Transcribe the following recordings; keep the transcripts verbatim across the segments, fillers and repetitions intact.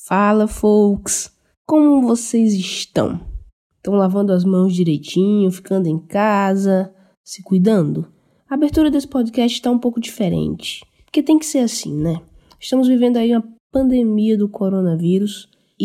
Fala, folks! Como vocês estão? Estão lavando as mãos direitinho, ficando em casa, se cuidando? A abertura desse podcast está um pouco diferente, porque tem que ser assim, né? Estamos vivendo aí uma pandemia do coronavírus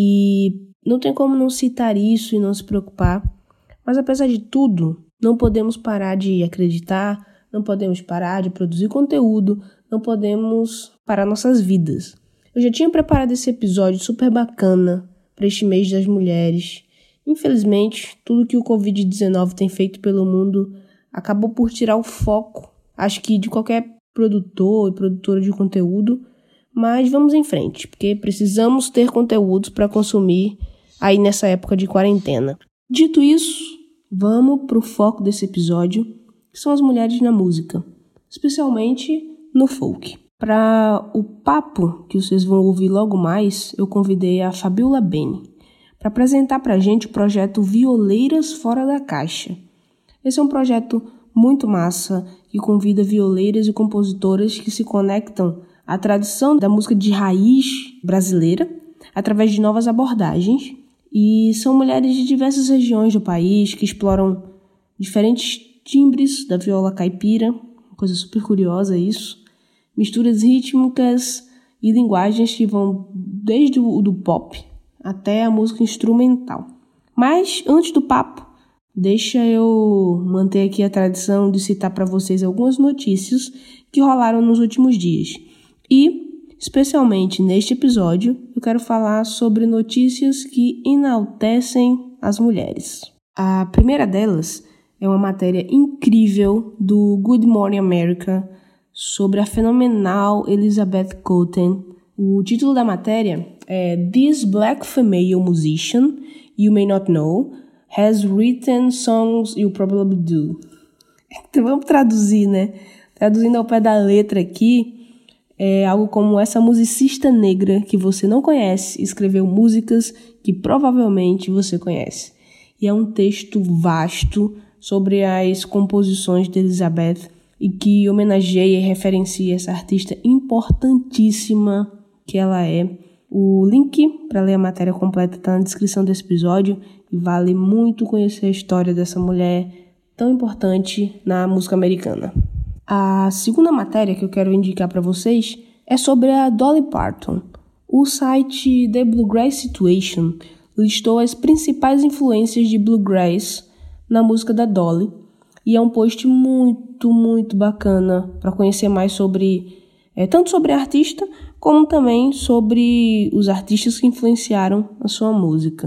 e não tem como não citar isso e não se preocupar, mas apesar de tudo, não podemos parar de acreditar, não podemos parar de produzir conteúdo, não podemos parar nossas vidas. Eu já tinha preparado esse episódio super bacana para este mês das mulheres. Infelizmente, tudo que o covid dezenove tem feito pelo mundo acabou por tirar o foco, acho que de qualquer produtor e produtora de conteúdo, mas vamos em frente, porque precisamos ter conteúdos para consumir aí nessa época de quarentena. Dito isso, vamos para o foco desse episódio, que são as mulheres na música, especialmente no folk. Para o papo que vocês vão ouvir logo mais, eu convidei a Fabiola Bene para apresentar para a gente o projeto Violeiras Fora da Caixa. Esse é um projeto muito massa que convida violeiras e compositoras que se conectam à tradição da música de raiz brasileira através de novas abordagens. E são mulheres de diversas regiões do país que exploram diferentes timbres da viola caipira, coisa super curiosa isso, misturas rítmicas e linguagens que vão desde o do pop até a música instrumental. Mas, antes do papo, deixa eu manter aqui a tradição de citar para vocês algumas notícias que rolaram nos últimos dias. E, especialmente neste episódio, eu quero falar sobre notícias que enaltecem as mulheres. A primeira delas é uma matéria incrível do Good Morning America sobre a fenomenal Elizabeth Cotten. O título da matéria é This Black Female Musician You May Not Know Has Written Songs You Probably Do. Então vamos traduzir, né? Traduzindo ao pé da letra aqui, é algo como essa musicista negra que você não conhece escreveu músicas que provavelmente você conhece. E é um texto vasto sobre as composições de Elizabeth e que homenageia e referencia essa artista importantíssima que ela é. O link para ler a matéria completa está na descrição desse episódio e vale muito conhecer a história dessa mulher tão importante na música americana. A segunda matéria que eu quero indicar para vocês é sobre a Dolly Parton. O site The Bluegrass Situation listou as principais influências de bluegrass na música da Dolly e é um post muito, muito bacana para conhecer mais sobre, é, tanto sobre a artista como também sobre os artistas que influenciaram a sua música.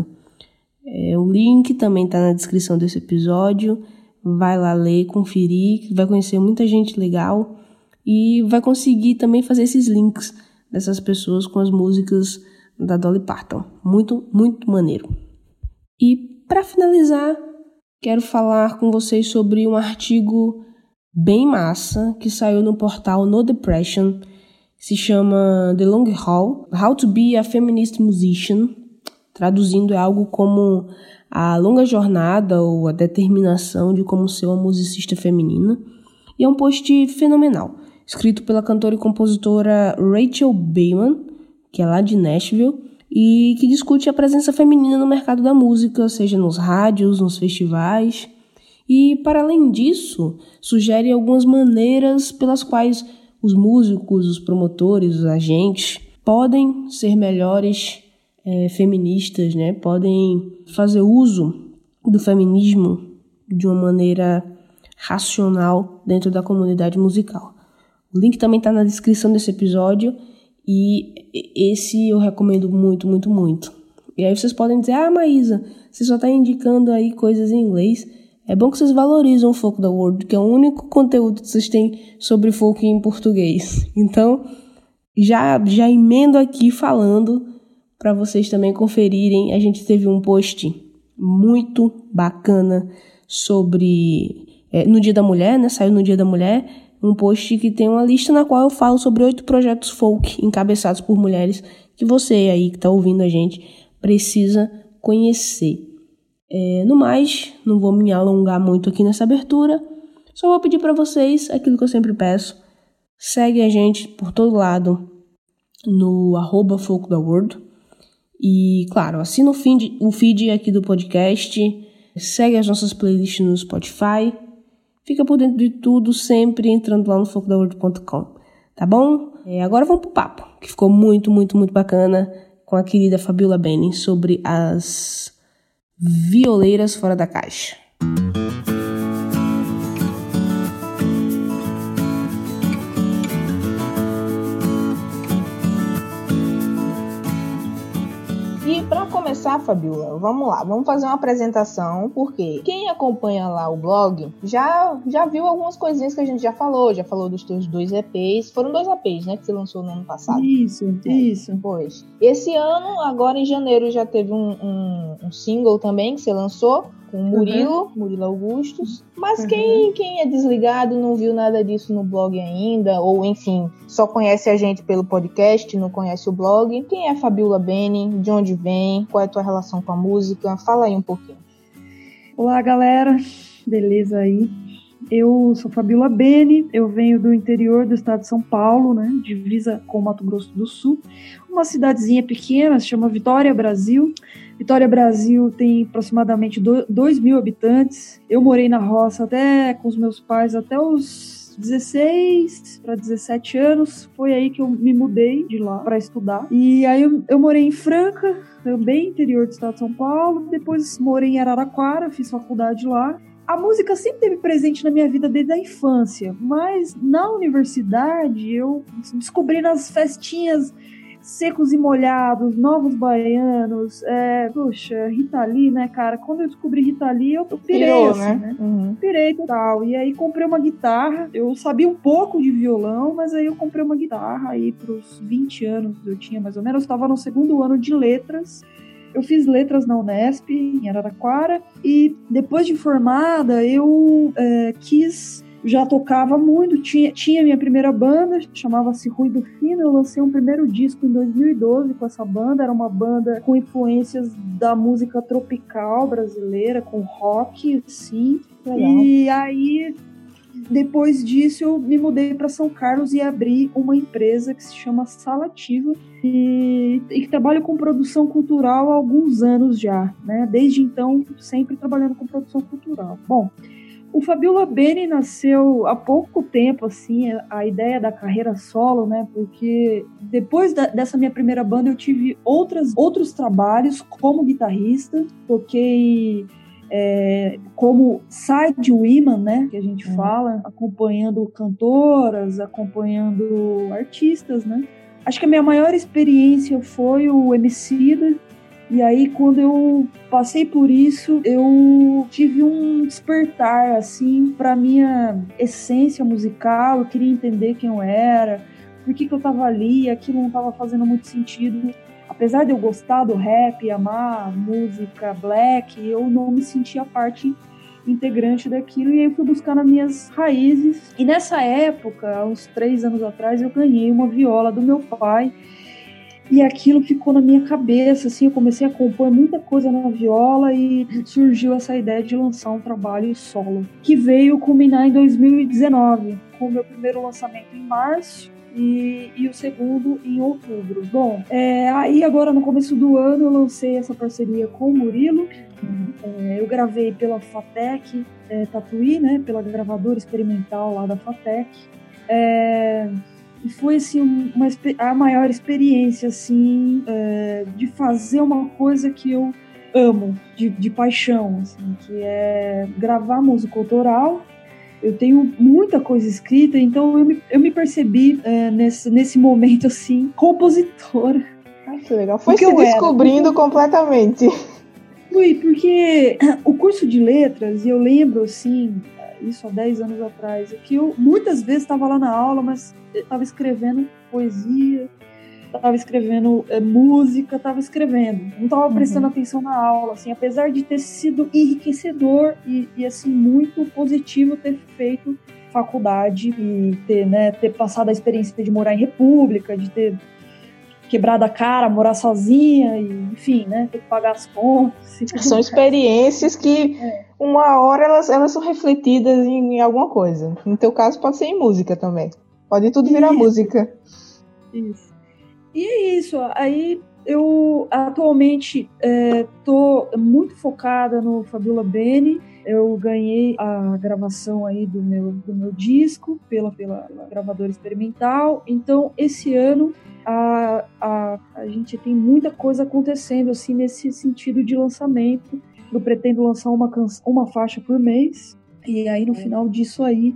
É, o link também está na descrição desse episódio. Vai lá ler, conferir, vai conhecer muita gente legal e vai conseguir também fazer esses links dessas pessoas com as músicas da Dolly Parton. Muito, muito maneiro. E para finalizar, quero falar com vocês sobre um artigo bem massa que saiu no portal No Depression. Se chama The Long Haul, How to be a Feminist Musician. Traduzindo é algo como a longa jornada ou a determinação de como ser uma musicista feminina. E é um post fenomenal, escrito pela cantora e compositora Rachel Baiman, que é lá de Nashville, e que discute a presença feminina no mercado da música, seja nos rádios, nos festivais. E, para além disso, sugere algumas maneiras pelas quais os músicos, os promotores, os agentes podem ser melhores é, feministas, né? Podem fazer uso do feminismo de uma maneira racional dentro da comunidade musical. O link também está na descrição desse episódio e esse eu recomendo muito, muito, muito. E aí vocês podem dizer, ah, Maísa, você só está indicando aí coisas em inglês. É bom que vocês valorizam o Folk da World, que é o único conteúdo que vocês têm sobre folk em português. Então, já, já emendo aqui falando para vocês também conferirem. A gente teve um post muito bacana sobre... É, no Dia da Mulher, né? Saiu no Dia da Mulher, um post que tem uma lista na qual eu falo sobre oito projetos folk encabeçados por mulheres que você aí que está ouvindo a gente precisa conhecer. É, no mais, não vou me alongar muito aqui nessa abertura, só vou pedir para vocês aquilo que eu sempre peço. Segue a gente por todo lado no arroba Folk da World E, claro, assina o feed, o feed aqui do podcast, segue as nossas playlists no Spotify, fica por dentro de tudo sempre entrando lá no foco da world ponto com, tá bom? É, agora vamos pro papo, que ficou muito, muito, muito bacana com a querida Fabiola Benni sobre as violeiras fora da caixa. E para começar, Fabiola, vamos lá, vamos fazer uma apresentação, porque quem acompanha lá o blog já, já viu algumas coisinhas que a gente já falou, já falou dos teus dois E Pês, foram dois E Pês, né, que você lançou no ano passado. Isso, é, isso. Pois. Esse ano, agora em janeiro, já teve um, um, um single também que você lançou, com o Murilo, uhum. Murilo Augustus. Mas uhum. quem, quem é desligado não viu nada disso no blog ainda, ou enfim, só conhece a gente pelo podcast, não conhece o blog. Quem é a Fabiola Benni? De onde vem? Qual é a tua relação com a música? Fala aí um pouquinho. Olá, galera. Beleza aí? Eu sou Fabiola Benni, eu venho do interior do estado de São Paulo, né, divisa com Mato Grosso do Sul, uma cidadezinha pequena, se chama Vitória, Brasil. Vitória, Brasil tem aproximadamente dois mil habitantes. Eu morei na roça até com os meus pais até os dezesseis para dezessete anos, foi aí que eu me mudei de lá para estudar. E aí eu, eu morei em Franca, também interior do estado de São Paulo, depois morei em Araraquara, fiz faculdade lá. A música sempre esteve presente na minha vida desde a infância, mas na universidade eu descobri nas festinhas Secos e Molhados, Novos Baianos, é, poxa, Rita Lee, né, cara? Quando eu descobri Rita Lee, eu, eu pirei, Pirou, assim, né? né? Uhum. Pirei total. E aí comprei uma guitarra, eu sabia um pouco de violão, mas aí eu comprei uma guitarra aí pros vinte anos, eu tinha mais ou menos, eu estava no segundo ano de letras. Eu fiz letras na Unesp, em Araraquara, e depois de formada, eu é, quis... Já tocava muito, tinha, tinha minha primeira banda, chamava-se Ruído Fino. Eu lancei um primeiro disco em dois mil e doze com essa banda. Era uma banda com influências da música tropical brasileira, com rock, sim. Legal. E aí, depois disso, eu me mudei para São Carlos e abri uma empresa que se chama Sala Ativa e, e que trabalha com produção cultural há alguns anos já, né? Desde então, sempre trabalhando com produção cultural. Bom, o Fabiola Benni nasceu há pouco tempo, assim, a ideia da carreira solo, né? Porque depois da, dessa minha primeira banda eu tive outras, outros trabalhos como guitarrista, toquei é, como side woman, né? Que a gente uhum. fala, acompanhando cantoras, acompanhando artistas, né? Acho que a minha maior experiência foi o Emicida. E aí, quando eu passei por isso, eu tive um despertar, assim, pra minha essência musical. Eu queria entender quem eu era, por que que eu tava ali, aquilo não tava fazendo muito sentido. Apesar de eu gostar do rap, amar música black, eu não me sentia parte integrante daquilo. E aí eu fui buscar nas minhas raízes. E nessa época, há uns três anos atrás, eu ganhei uma viola do meu pai. E aquilo ficou na minha cabeça, assim, eu comecei a compor muita coisa na viola e surgiu essa ideia de lançar um trabalho solo, que veio culminar em dois mil e dezenove, com o meu primeiro lançamento em março e, e o segundo em outubro. Bom, é, aí agora no começo do ano eu lancei essa parceria com o Murilo, é, eu gravei pela Fatec é, Tatuí, né, pela gravadora experimental lá da Fatec, é... E foi, assim, uma, a maior experiência, assim, é, de fazer uma coisa que eu amo, de, de paixão, assim, que é gravar música autoral. Eu tenho muita coisa escrita, então eu me, eu me percebi é, nesse, nesse momento, assim, compositora. Ah, que legal. Foi se descobrindo era. completamente. Fui, porque o curso de letras, e eu lembro, assim... isso há dez anos atrás, que eu muitas vezes estava lá na aula, mas estava escrevendo poesia, estava escrevendo é, música, estava escrevendo, não estava prestando uhum. atenção na aula, assim, apesar de ter sido enriquecedor e, e assim, muito positivo ter feito faculdade e ter, né, ter passado a experiência de morar em república, de ter quebrado a cara, morar sozinha, e, enfim, né, ter que pagar as contas. São experiências que é. uma hora elas, elas são refletidas em, em alguma coisa. No teu caso pode ser em música também. Pode tudo virar isso. música. Isso. E é isso. Aí eu atualmente estou é, muito focada no Fabiola Bene. Eu ganhei a gravação aí do meu, do meu disco pela, pela gravadora experimental. Então, esse ano, a, a, a gente tem muita coisa acontecendo assim, nesse sentido de lançamento. Eu pretendo lançar uma, canção, uma faixa por mês. E aí, no final disso aí,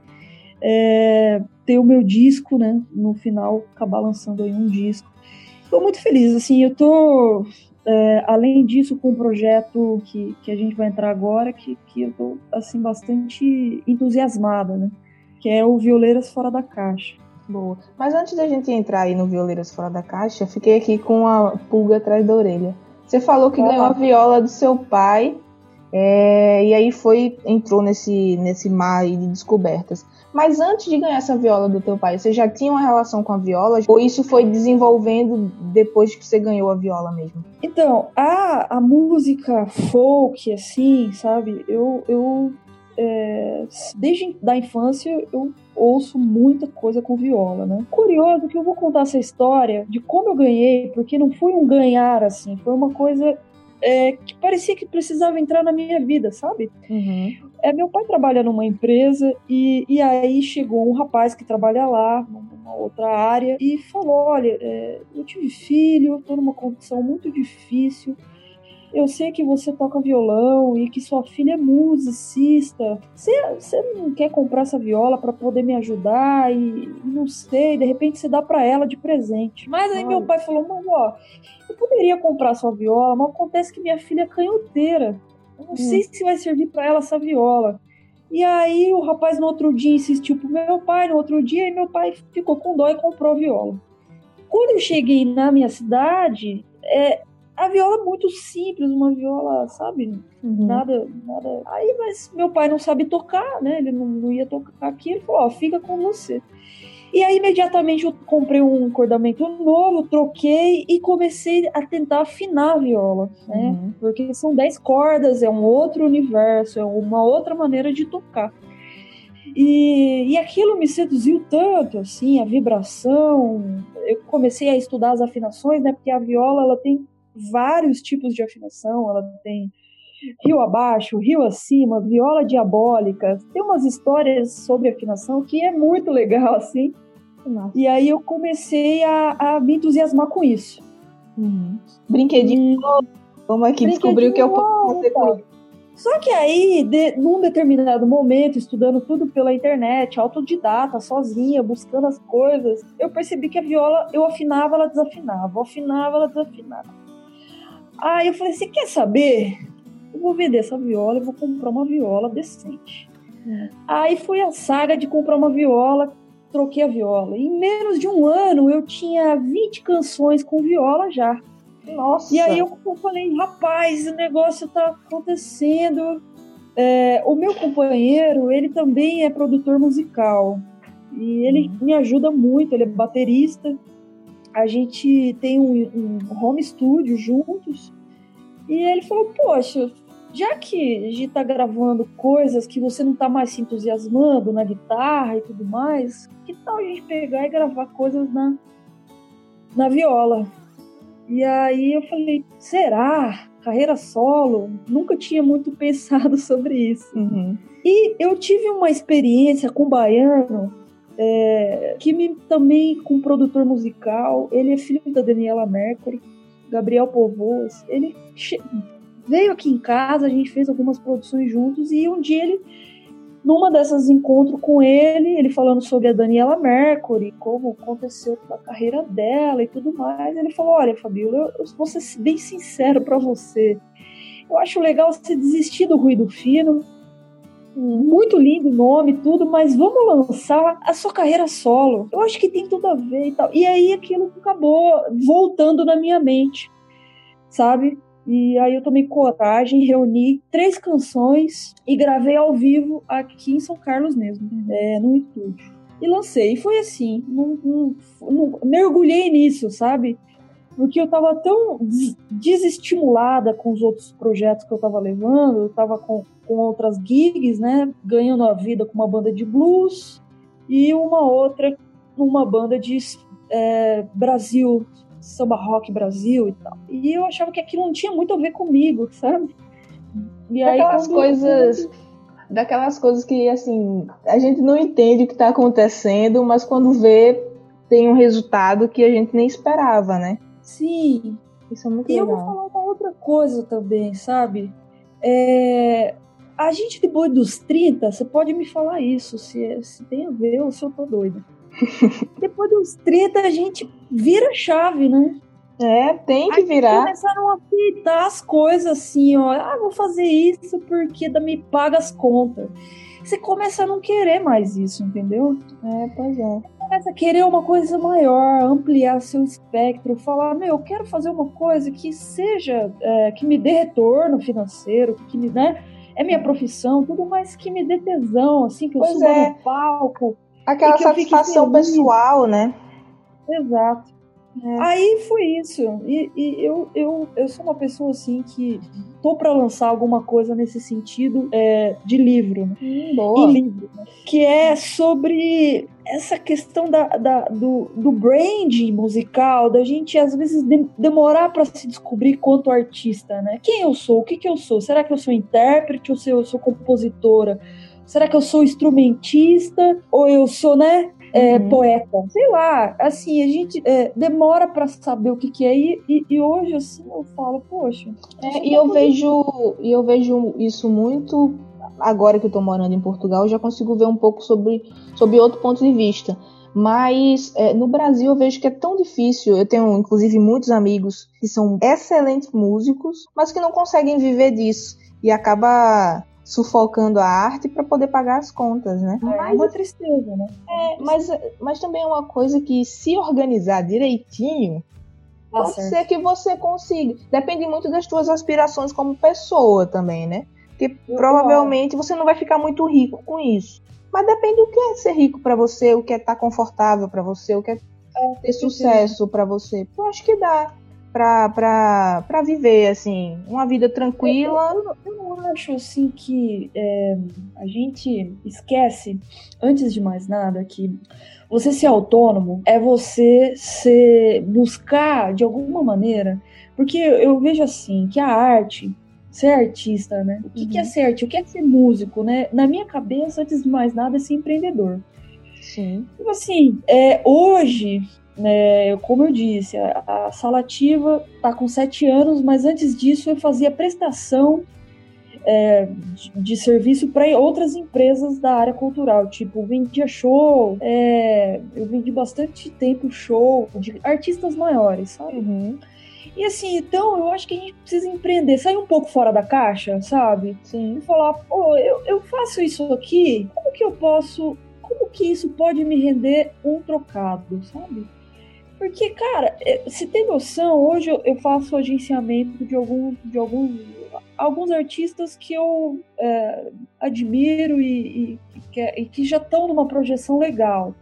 é, ter o meu disco, né? No final, acabar lançando aí um disco. Estou muito feliz, assim, eu tô... É, além disso, com um projeto que, que a gente vai entrar agora, que, que eu tô, assim, bastante entusiasmada, né? Que é o Violeiras Fora da Caixa. Boa. Mas antes da gente entrar aí no Violeiras Fora da Caixa, fiquei aqui com a pulga atrás da orelha. Você falou que ah, ganhou a viola do seu pai, é, e aí foi, entrou nesse, nesse mar aí de descobertas. Mas antes de ganhar essa viola do teu pai, você já tinha uma relação com a viola? Ou isso foi desenvolvendo depois que você ganhou a viola mesmo? Então, a, a música folk, assim, sabe? Eu, eu é, desde a infância, eu ouço muita coisa com viola, né? Curioso que eu vou contar essa história de como eu ganhei, porque não foi um ganhar, assim, foi uma coisa... É, que parecia que precisava entrar na minha vida, sabe? Uhum. É, meu pai trabalha numa empresa e, e aí chegou um rapaz que trabalha lá, numa outra área, e falou, olha, é, eu tive filho, estou numa condição muito difícil, eu sei que você toca violão e que sua filha é musicista, você, você não quer comprar essa viola para poder me ajudar e não sei, de repente você dá para ela de presente. Mas aí olha, meu pai falou, mas ó, eu poderia comprar sua viola, mas acontece que minha filha é canhoteira. Eu não hum. sei se vai servir para ela essa viola. E aí o rapaz no outro dia insistiu pro meu pai, no outro dia, e meu pai ficou com dó e comprou a viola. Quando eu cheguei na minha cidade, é, a viola é muito simples, uma viola, sabe? Uhum. Nada, nada. Aí, mas meu pai não sabe tocar, né? Ele não, não ia tocar aqui, ele falou, ó, fica com você. E aí, imediatamente, eu comprei um cordamento novo, troquei e comecei a tentar afinar a viola, né? Uhum. Porque são dez cordas, é um outro universo, é uma outra maneira de tocar. E, e aquilo me seduziu tanto, assim, a vibração. Eu comecei a estudar as afinações, né? Porque a viola, ela tem vários tipos de afinação, ela tem rio abaixo, rio acima, viola diabólica, tem umas histórias sobre afinação que é muito legal, assim. Nossa. E aí eu comecei a, a me entusiasmar com isso. Uhum. Brinquedinho, e... vamos aqui descobrir o que eu posso fazer com isso. Só que aí, de, num determinado momento, estudando tudo pela internet, autodidata, sozinha, buscando as coisas, eu percebi que a viola, eu afinava, ela desafinava, eu afinava, ela desafinava. Aí eu falei, você quer saber? Eu vou vender essa viola e vou comprar uma viola decente. Hum. Aí foi a saga de comprar uma viola, troquei a viola. Em menos de um ano, eu tinha vinte canções com viola já. Nossa! E aí eu, eu falei, rapaz, o negócio tá acontecendo. É, o meu companheiro, ele também é produtor musical. E ele hum. me ajuda muito, ele é baterista. A gente tem um, um home studio juntos. E ele falou, poxa, já que a gente tá gravando coisas que você não tá mais se entusiasmando na guitarra e tudo mais, que tal a gente pegar e gravar coisas na, na viola? E aí eu falei, será? Carreira solo? Nunca tinha muito pensado sobre isso. Uhum. E eu tive uma experiência com o Baiano, é, que me, também com um produtor musical, ele é filho da Daniela Mercury, Gabriel Povoas, ele che- veio aqui em casa, a gente fez algumas produções juntos, e um dia ele, numa dessas encontros com ele, ele falando sobre a Daniela Mercury, como aconteceu a carreira dela e tudo mais, ele falou, olha, Fabiola, eu, eu vou ser bem sincero pra você, eu acho legal você desistir do ruído fino, muito lindo o nome, tudo, mas vamos lançar a sua carreira solo. Eu acho que tem tudo a ver e tal. E aí aquilo acabou voltando na minha mente, sabe? E aí eu tomei coragem, reuni três canções e gravei ao vivo aqui em São Carlos mesmo, é, no estúdio. E lancei. E foi assim, não, não, não, mergulhei nisso, sabe? Porque eu tava tão desestimulada com os outros projetos que eu tava levando, eu tava com, com outras gigs, né, ganhando a vida com uma banda de blues e uma outra, uma banda de é, Brasil, samba rock Brasil e tal. E eu achava que aquilo não tinha muito a ver comigo, sabe? E aí, daquelas quando... coisas... Daquelas coisas que, assim, a gente não entende o que está acontecendo, mas quando vê, tem um resultado que a gente nem esperava, né? Sim. Isso é muito e legal. E eu vou falar uma outra coisa também, sabe? É... A gente depois dos trinta, você pode me falar isso, se, se tem a ver ou se eu tô doida. Depois dos trinta, a gente vira chave, né? É, tem que virar. Aí começaram a aceitar as coisas assim, ó. Ah, vou fazer isso porque me paga as contas. Você começa a não querer mais isso, entendeu? É, pois é. Você começa a querer uma coisa maior, ampliar seu espectro, falar, meu, eu quero fazer uma coisa que seja, é, que me dê retorno financeiro, que me, né, é minha profissão, tudo mais que me dê tesão, assim, que eu pois suba é. no palco. Aquela satisfação pessoal, né? Exato. É. Aí foi isso. E, e eu, eu, eu sou uma pessoa assim que tô para lançar alguma coisa nesse sentido é, de livro. Né? Hum, boa. Em livro. Né? Que é sobre essa questão da, da, do, do branding musical, da gente às vezes de, demorar para se descobrir quanto artista, né? Quem eu sou? O que, que eu sou? Será que eu sou intérprete ou se eu sou compositora? Será que eu sou instrumentista ou eu sou, né? É, uhum. Poeta, sei lá, assim, a gente é, demora pra saber o que que é e, e, e hoje, assim, eu falo, poxa... É, e eu vejo, e eu vejo isso muito, agora que eu tô morando em Portugal, eu já consigo ver um pouco sobre, sobre outro ponto de vista, mas é, no Brasil eu vejo que é tão difícil, eu tenho inclusive muitos amigos que são excelentes músicos, mas que não conseguem viver disso, e acaba... sufocando a arte para poder pagar as contas, né? É mas, uma tristeza, né? É, mas, mas também é uma coisa que, se organizar direitinho, ah, pode certo. ser que você consiga. Depende muito das tuas aspirações como pessoa também, né? Porque eu provavelmente vou. Você não vai ficar muito rico com isso. Mas depende do que é ser rico para você, o que é estar confortável para você, o que é, é ter sucesso para você. Eu acho que dá. Pra, pra, pra viver, assim, uma vida tranquila. Eu, eu, eu não acho, assim, que é, a gente esquece, antes de mais nada, que você ser autônomo é você ser, buscar, de alguma maneira, porque eu vejo, assim, que a arte, ser artista, né? O que, uhum. que é ser artista? O que é ser músico, né? Na minha cabeça, antes de mais nada, é ser empreendedor. Sim. Então, assim, é, hoje... É, como eu disse, a, a Salativa está com sete anos, mas antes disso eu fazia prestação é, de, de serviço para outras empresas da área cultural, tipo, vendia show, é, eu vendi bastante tempo show de artistas maiores, sabe? Uhum. E assim, então eu acho que a gente precisa empreender, sair um pouco fora da caixa, sabe? Sim. E falar, pô, eu, eu faço isso aqui, como que eu posso, como que isso pode me render um trocado, sabe? Porque, cara, se tem noção, hoje eu faço agenciamento de, algum, de alguns, alguns artistas que eu é, admiro e, e, que, e que já estão numa projeção legal.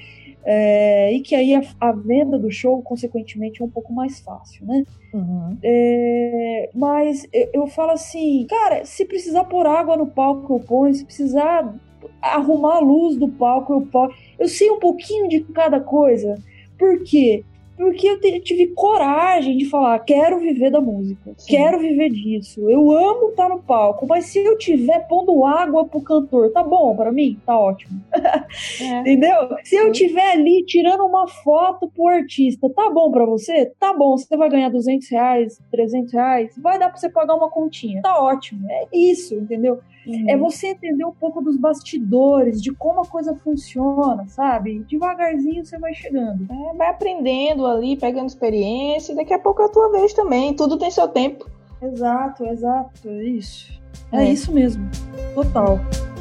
É, e que aí a, a venda do show, consequentemente, é um pouco mais fácil, né? Uhum. É, mas eu, eu falo assim, cara, se precisar pôr água no palco, eu ponho. Se precisar arrumar a luz do palco, eu ponho. Eu sei um pouquinho de cada coisa. Por quê? Porque eu tive coragem de falar, quero viver da música, Sim. quero viver disso, eu amo estar no palco, mas se eu tiver pondo água pro cantor, tá bom pra mim? Tá ótimo. É. Entendeu? Se eu tiver ali tirando uma foto pro artista, tá bom pra você? Tá bom, você vai ganhar duzentos reais, trezentos reais, vai dar pra você pagar uma continha, tá ótimo, é isso, entendeu? Uhum. É você entender um pouco dos bastidores, de como a coisa funciona, sabe? Devagarzinho você vai chegando. É, vai aprendendo ali, pegando experiência, e daqui a pouco é a tua vez também. Tudo tem seu tempo. Exato, exato, é isso. É, é isso mesmo, total.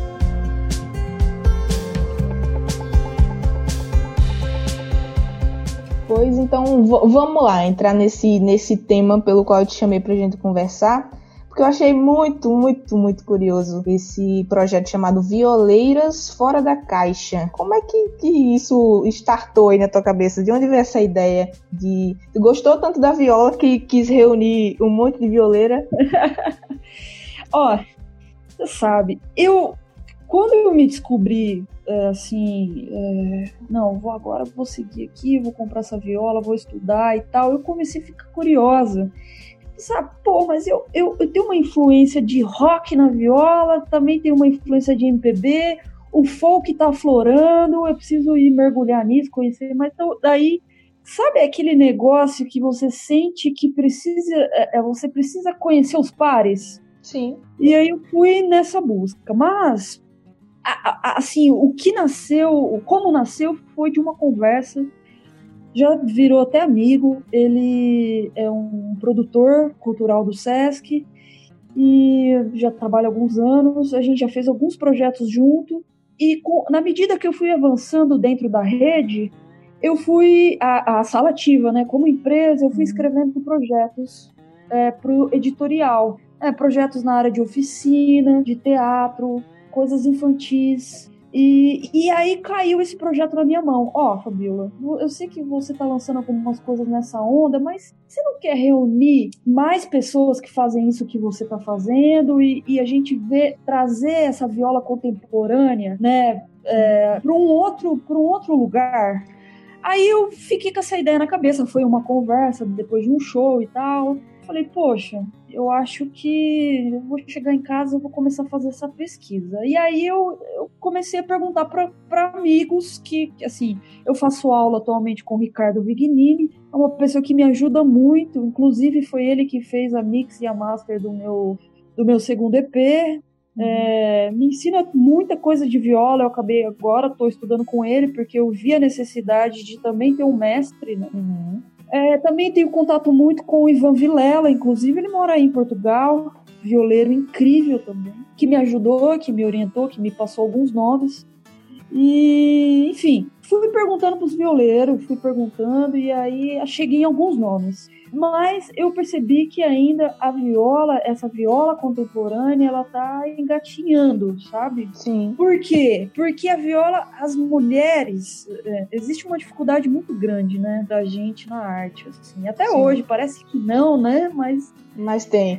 Pois então, v- vamos lá, entrar nesse, nesse tema pelo qual eu te chamei pra gente conversar. Porque eu achei muito, muito, muito curioso esse projeto chamado Violeiras Fora da Caixa. Como é que, que isso startou aí na tua cabeça? De onde veio essa ideia? De... Tu gostou tanto da viola que quis reunir um monte de violeira? Ó, você sabe, eu... quando eu me descobri, é, assim, é, não, vou agora vou seguir aqui, vou comprar essa viola, vou estudar e tal, eu comecei a ficar curiosa. Sabe, pô, mas eu, eu, eu tenho uma influência de rock na viola, também tenho uma influência de M P B, o folk tá aflorando, eu preciso ir mergulhar nisso, conhecer, mas então, daí, sabe aquele negócio que você sente que precisa, é, você precisa conhecer os pares? Sim. E aí eu fui nessa busca, mas, a, a, assim, o que nasceu, como nasceu foi de uma conversa. Já virou até amigo, ele é um produtor cultural do Sesc e já trabalha há alguns anos, a gente já fez alguns projetos junto e com, na medida que eu fui avançando dentro da rede, eu fui, a, a Sala Ativa, né, como empresa, eu fui escrevendo projetos é, para o editorial, é, projetos na área de oficina, de teatro, coisas infantis. E, e aí caiu esse projeto na minha mão. Ó, oh, Fabiola, eu sei que você tá lançando algumas coisas nessa onda, mas você não quer reunir mais pessoas que fazem isso que você tá fazendo e, e a gente vê, trazer essa viola contemporânea, né, é, para um outro, para um outro lugar? Aí eu fiquei com essa ideia na cabeça. Foi uma conversa depois de um show e tal. Falei, poxa, eu acho que eu vou chegar em casa e vou começar a fazer essa pesquisa. E aí eu, eu comecei a perguntar para amigos que, que, assim, eu faço aula atualmente com o Ricardo Vignini, é uma pessoa que me ajuda muito, inclusive foi ele que fez a mix e a master do meu, do meu segundo E P. Uhum. É, me ensina muita coisa de viola. Eu acabei agora, estou estudando com ele, porque eu vi a necessidade de também ter um mestre, né? Uhum. É, também tenho contato muito com o Ivan Vilela, inclusive ele mora aí em Portugal, violeiro incrível também, que me ajudou, que me orientou, que me passou alguns nomes. E, enfim, fui perguntando para os violeiros, fui perguntando e aí cheguei em alguns nomes. Mas eu percebi que ainda a viola, essa viola contemporânea, ela tá engatinhando, sabe? Sim. Por quê? Porque a viola, as mulheres, é, existe uma dificuldade muito grande, né, da gente na arte, assim. Até Sim. hoje, parece que não, né, mas... Mas tem.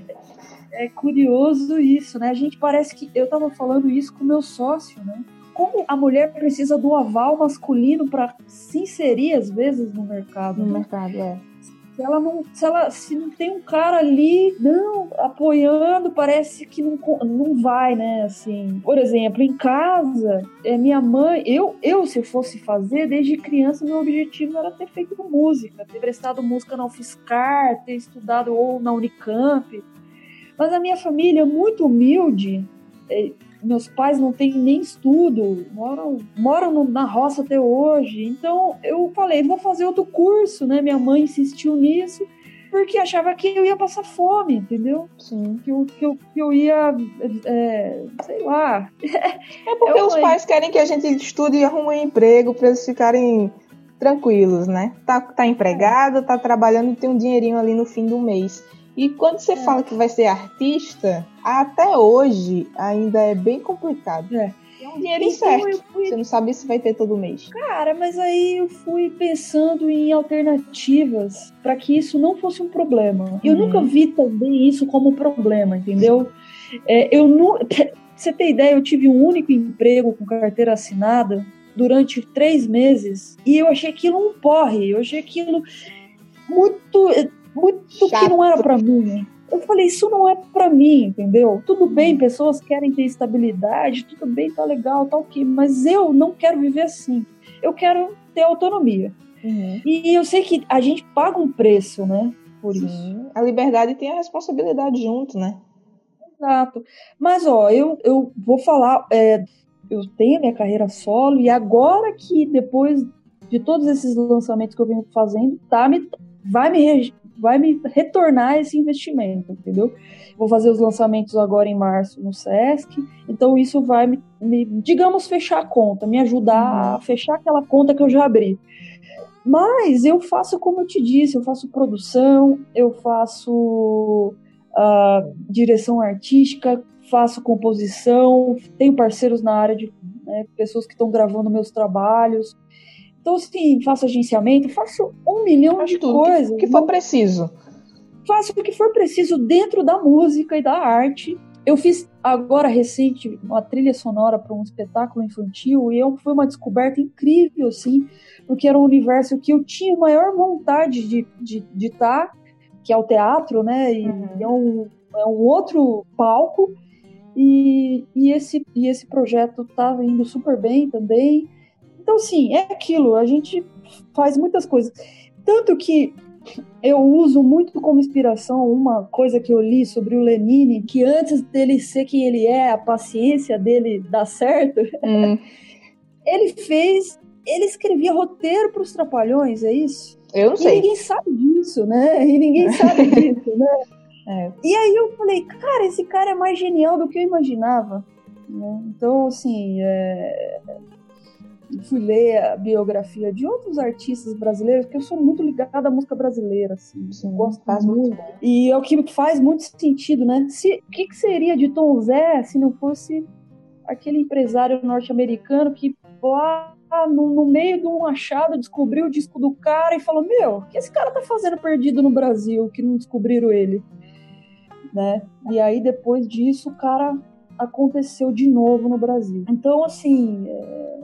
É curioso isso, né? A gente parece que... Eu tava falando isso com o meu sócio, né? Como a mulher precisa do aval masculino para se inserir, às vezes, no mercado. No né? mercado, é. Se ela não, se ela se não tem um cara ali, não, apoiando, parece que não, não vai, né, assim. Por exemplo, em casa, é, minha mãe, eu, eu, se eu fosse fazer, desde criança, meu objetivo era ter feito música, ter prestado música na UFSCar, ter estudado ou na Unicamp. Mas a minha família é muito humilde, é, meus pais não têm nem estudo, moram, moram no, na roça até hoje. Então eu falei, vou fazer outro curso, né? Minha mãe insistiu nisso, porque achava que eu ia passar fome, entendeu? Sim. Que eu, que eu, que eu ia, é, sei lá. É porque eu, os pais querem que a gente estude e arrume um emprego para eles ficarem tranquilos, né? Tá, tá empregado, tá trabalhando e tem um dinheirinho ali no fim do mês. E quando você é. fala que vai ser artista, até hoje ainda é bem complicado. É, é um dinheiro incerto. Fui... Você não sabe se vai ter todo mês. Cara, mas aí eu fui pensando em alternativas para que isso não fosse um problema. Uhum. Eu nunca vi também isso como problema, entendeu? É, eu não... Pra você ter ideia, eu tive um único emprego com carteira assinada durante três meses e eu achei aquilo um porre. Eu achei aquilo muito... muito Chato. Que não era pra mim. Eu falei, isso não é pra mim, entendeu? Tudo bem, pessoas querem ter estabilidade, tudo bem, tá legal, tá ok, mas eu não quero viver assim. Eu quero ter autonomia. Uhum. E eu sei que a gente paga um preço, né, por Sim. isso. A liberdade tem a responsabilidade junto, né? Exato. Mas, ó, eu, eu vou falar, é, eu tenho minha carreira solo e agora que depois de todos esses lançamentos que eu venho fazendo, tá, me, vai me... vai me retornar esse investimento, entendeu? Vou fazer os lançamentos agora em março no Sesc, então isso vai me, me digamos, fechar a conta, me ajudar uhum. a fechar aquela conta que eu já abri. Mas eu faço, como eu te disse, eu faço produção, eu faço uh, direção artística, faço composição, tenho parceiros na área de né, pessoas que estão gravando meus trabalhos. Então, assim, faço agenciamento, faço um milhão Faz de tudo coisas. O que, que for preciso. Faço o que for preciso dentro da música e da arte. Eu fiz agora recente uma trilha sonora para um espetáculo infantil e eu, foi uma descoberta incrível, assim, porque era um universo que eu tinha maior vontade de estar, de, de tá, que é o teatro, né? E uhum. é, um, é um outro palco. E, e, esse, e esse projeto estava indo super bem também. Então, assim, é aquilo, a gente faz muitas coisas. Tanto que eu uso muito como inspiração uma coisa que eu li sobre o Lenine, que antes dele ser quem ele é, a paciência dele dar certo, hum. ele fez, ele escrevia roteiro para os Trapalhões, é isso? Eu não sei. E ninguém sabe disso, né? E ninguém sabe disso, né? É. E aí eu falei, cara, esse cara é mais genial do que eu imaginava. Né? Então, assim, é... fui ler a biografia de outros artistas brasileiros, porque eu sou muito ligada à música brasileira, assim, Sim, gosto faz muito. E é o que faz muito sentido, né? Se, o que, que seria de Tom Zé se não fosse aquele empresário norte-americano que lá no, no meio de um achado descobriu o disco do cara e falou, meu, o que esse cara tá fazendo perdido no Brasil, que não descobriram ele? Né? E aí depois disso o cara aconteceu de novo no Brasil. Então assim é,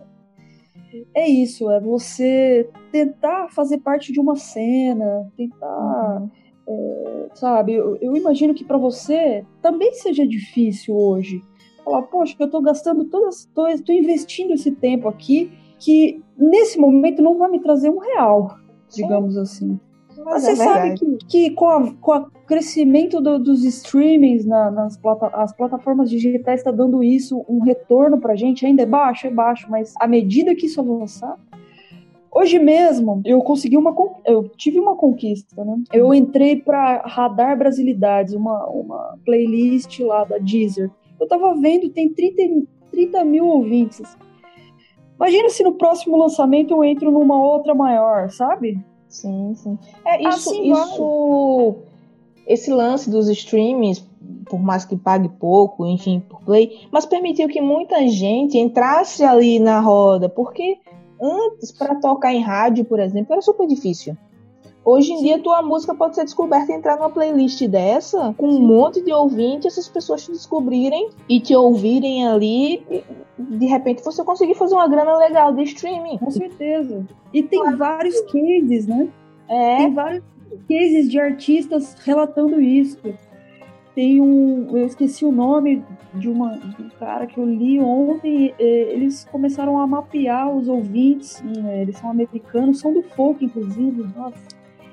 é isso, é você tentar fazer parte de uma cena, tentar, uhum. é, sabe, eu, eu imagino que para você também seja difícil hoje falar, poxa, eu tô gastando todas, tô, tô investindo esse tempo aqui que nesse momento não vai me trazer um real, digamos Sim. assim. Mas você é sabe que, que com, a, com o crescimento do, dos streamings na, nas plata, as plataformas digitais está dando isso, um retorno pra gente, ainda é baixo, é baixo, mas à medida que isso avançar, hoje mesmo eu consegui uma, eu tive uma conquista, né? Eu entrei para Radar Brasilidades, uma, uma playlist lá da Deezer. Eu tava vendo, tem trinta mil ouvintes. Imagina se no próximo lançamento eu entro numa outra maior, sabe? Sim, sim. É, isso, assim isso, esse lance dos streamings, por mais que pague pouco, enfim, por play, mas permitiu que muita gente entrasse ali na roda, porque antes, para tocar em rádio, por exemplo, era super difícil. Hoje em Sim. dia, tua música pode ser descoberta e entrar numa playlist dessa, com Sim. um monte de ouvintes, essas pessoas te descobrirem e te ouvirem ali, e de repente você conseguir fazer uma grana legal de streaming. Com certeza. E tem claro. vários cases, né? É. Tem vários cases de artistas relatando isso. Tem um... Eu esqueci o nome de, uma, de um cara que eu li ontem. Eles começaram a mapear os ouvintes. Né? Eles são americanos, são do folk, inclusive. Nossa.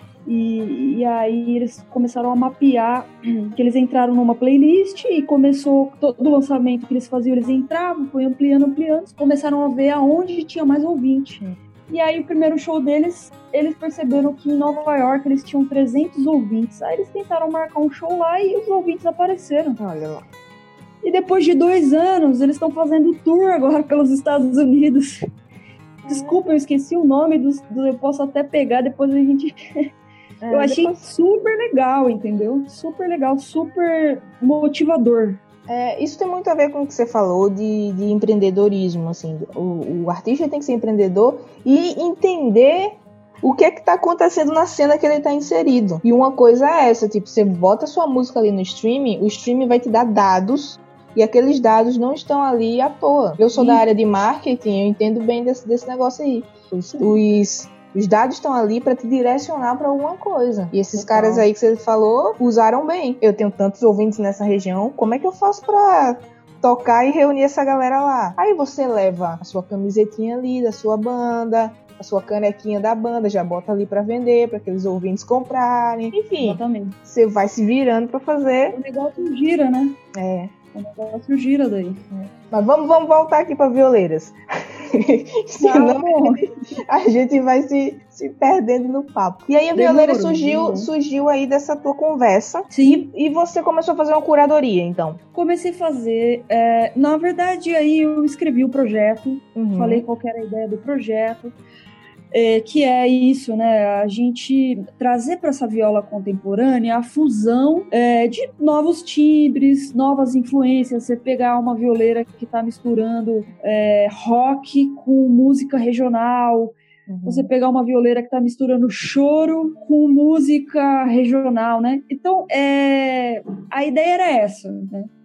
E, e aí eles começaram a mapear, que eles entraram numa playlist e começou, todo o lançamento que eles faziam, eles entravam, foi ampliando, ampliando, começaram a ver aonde tinha mais ouvinte. E aí o primeiro show deles, eles perceberam que em Nova York eles tinham trezentos ouvintes. Aí eles tentaram marcar um show lá e os ouvintes apareceram. Olha lá. E depois de dois anos, eles estão fazendo tour agora pelos Estados Unidos. Desculpa, eu esqueci o nome dos, do, eu posso até pegar, depois a gente... É, eu achei depois... super legal, entendeu? Super legal, super motivador. É, isso tem muito a ver com o que você falou de, de empreendedorismo, assim. O, o artista tem que ser empreendedor e entender o que é que tá acontecendo na cena que ele tá inserido. E uma coisa é essa, tipo, você bota sua música ali no streaming, o streaming vai te dar dados e aqueles dados não estão ali à toa. Eu sou Sim. da área de marketing, eu entendo bem desse, desse negócio aí. Os... os Os dados estão ali para te direcionar para alguma coisa. E esses Total. caras aí que você falou usaram bem. Eu tenho tantos ouvintes nessa região, como é que eu faço para tocar e reunir essa galera lá? Aí você leva a sua camisetinha ali da sua banda, a sua canequinha da banda, já bota ali para vender, para aqueles ouvintes comprarem. Enfim, Exatamente. Você vai se virando para fazer. O negócio gira, né? É. O negócio gira daí. É. Mas vamos, vamos voltar aqui para Violeiras. Senão a gente vai se, se perdendo no papo. E aí a Violeira surgiu, surgiu aí dessa tua conversa. Sim. E, e você começou a fazer uma curadoria, então? Comecei a fazer. É, na verdade, aí eu escrevi o projeto. Uhum. Falei qual era a ideia do projeto. É, que é isso, né? A gente trazer para essa viola contemporânea a fusão é, de novos timbres, novas influências. Você pegar uma violeira que está misturando é, rock com música regional. Uhum. Você pegar uma violeira que está misturando choro com música regional, né? Então, é, a ideia era essa, né?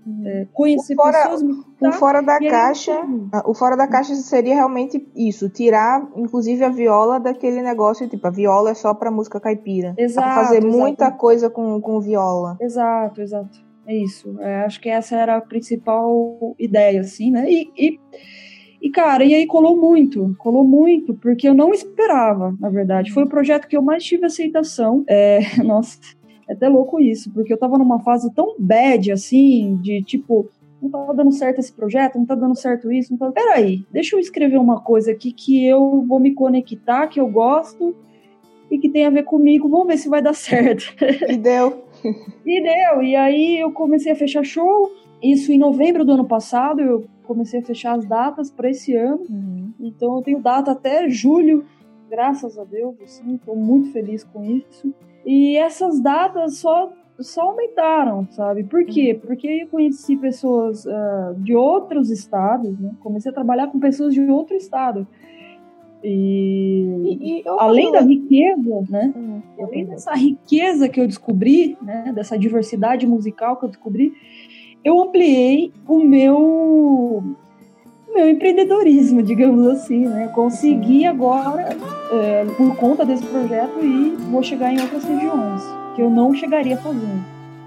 é, conhecer o fora, pessoas, me o fora da e aí, caixa, assim, o fora da caixa seria realmente isso, tirar inclusive a viola daquele negócio, tipo, a viola é só pra música caipira. exato, Dá pra fazer exato, muita coisa com, com viola. Exato, exato. É isso. É, acho que essa era a principal ideia, assim, né? E, e, e, cara, e aí colou muito, colou muito, porque eu não esperava, na verdade. Foi o projeto que eu mais tive aceitação. É, nossa, é até louco isso, porque eu tava numa fase tão bad, assim, de tipo, não tá dando certo esse projeto, não tá dando certo isso, não tá... Peraí, deixa eu escrever uma coisa aqui que eu vou me conectar, que eu gosto e que tem a ver comigo, vamos ver se vai dar certo. E deu. E deu, e aí eu comecei a fechar show, isso em novembro do ano passado, eu comecei a fechar as datas para esse ano, uhum. Então eu tenho data até julho, graças a Deus, assim, estou muito feliz com isso, e essas datas só, só aumentaram, sabe, por quê? Porque eu conheci pessoas uh, de outros estados, né? Comecei a trabalhar com pessoas de outro estado, E, e, e além da riqueza, né? Hum, além dessa riqueza que eu descobri, né? Dessa diversidade musical que eu descobri, eu ampliei o meu, o meu empreendedorismo, digamos assim, né? Consegui agora, é, por conta desse projeto, e vou chegar em outras regiões que eu não chegaria fazendo.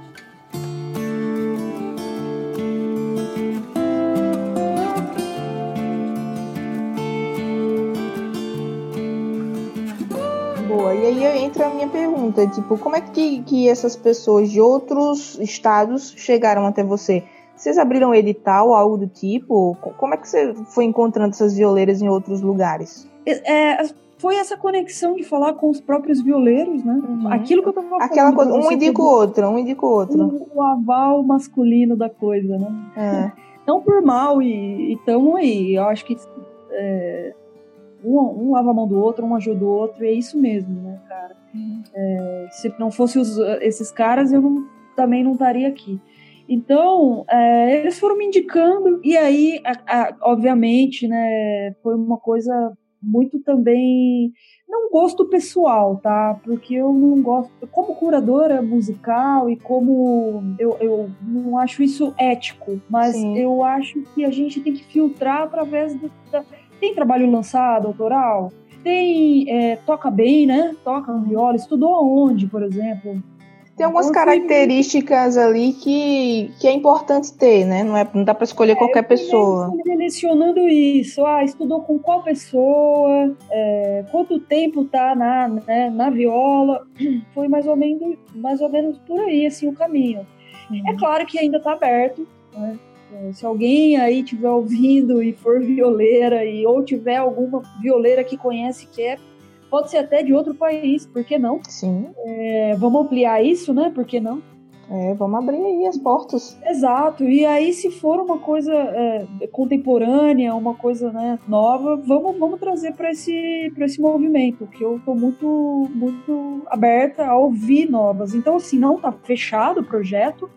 E aí entra a minha pergunta, tipo, como é que, que essas pessoas de outros estados chegaram até você? Vocês abriram edital, algo do tipo? Como é que você foi encontrando essas violeiras em outros lugares? É, foi essa conexão de falar com os próprios violeiros, né? Uhum. Aquilo que eu tava falando. Aquela coisa, um indica o outro, um indica o outro. O, o aval masculino da coisa, né? É. Não por mal, e, e tamo aí. Eu acho que é, um, um lava a mão do outro, um ajuda o outro, e é isso mesmo, né, cara? Uhum. É, se não fosse os, esses caras, eu não, também não estaria aqui. Então, é, eles foram me indicando, e aí, a, a, obviamente, né, foi uma coisa muito também, não gosto pessoal, tá? Porque eu não gosto, como curadora musical e como, eu, eu não acho isso ético, mas Sim. eu acho que a gente tem que filtrar através do, da, tem trabalho lançado, autoral? Tem, é, toca bem, né? Toca no viola, estudou aonde, por exemplo? Tem algumas então, características fui... ali que, que é importante ter, né? Não, é, não dá para escolher é, qualquer eu pessoa. Selecionando isso. Ah, estudou com qual pessoa? É, quanto tempo tá na, né, na viola? Foi mais ou menos, mais ou menos por aí, assim, o caminho. Uhum. É claro que ainda tá aberto, né? Se alguém aí estiver ouvindo e for violeira, e, ou tiver alguma violeira que conhece, que é, pode ser até de outro país, por que não? Sim. É, vamos ampliar isso, né? Por que não? É, vamos abrir aí as portas. Exato, e aí se for uma coisa é, contemporânea, uma coisa, né, nova, vamos, vamos trazer para esse, para esse movimento, que eu estou muito, muito aberta a ouvir novas. Então, assim, não está fechado o projeto,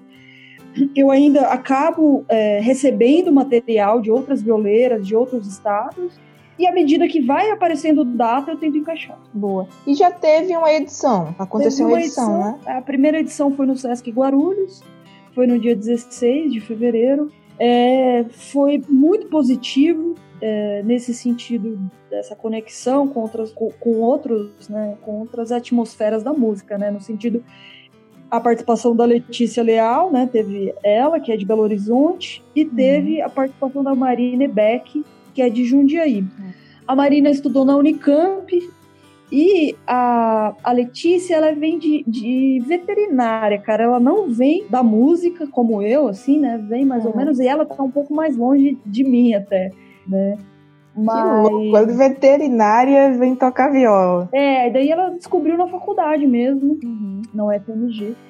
eu ainda acabo é, recebendo material de outras violeiras, de outros estados, e à medida que vai aparecendo data, eu tento encaixar. Boa. E já teve uma edição? Aconteceu uma, uma edição, edição, né? A primeira edição foi no Sesc Guarulhos, foi no dia dezesseis de fevereiro. É, foi muito positivo é, nesse sentido dessa conexão com outras, com, com outros, né, com outras atmosferas da música, né, no sentido... A participação da Letícia Leal, né? Teve ela, que é de Belo Horizonte, e teve uhum. a participação da Marina Beck, que é de Jundiaí. Uhum. A Marina estudou na Unicamp e a, a Letícia, ela vem de, de veterinária, cara. Ela não vem da música como eu, assim, né? Vem mais uhum. ou menos, e ela tá um pouco mais longe de mim até, né? Mas... Que louco, ela de veterinária vem tocar viola. É, daí ela descobriu na faculdade mesmo, uhum. na U F M G.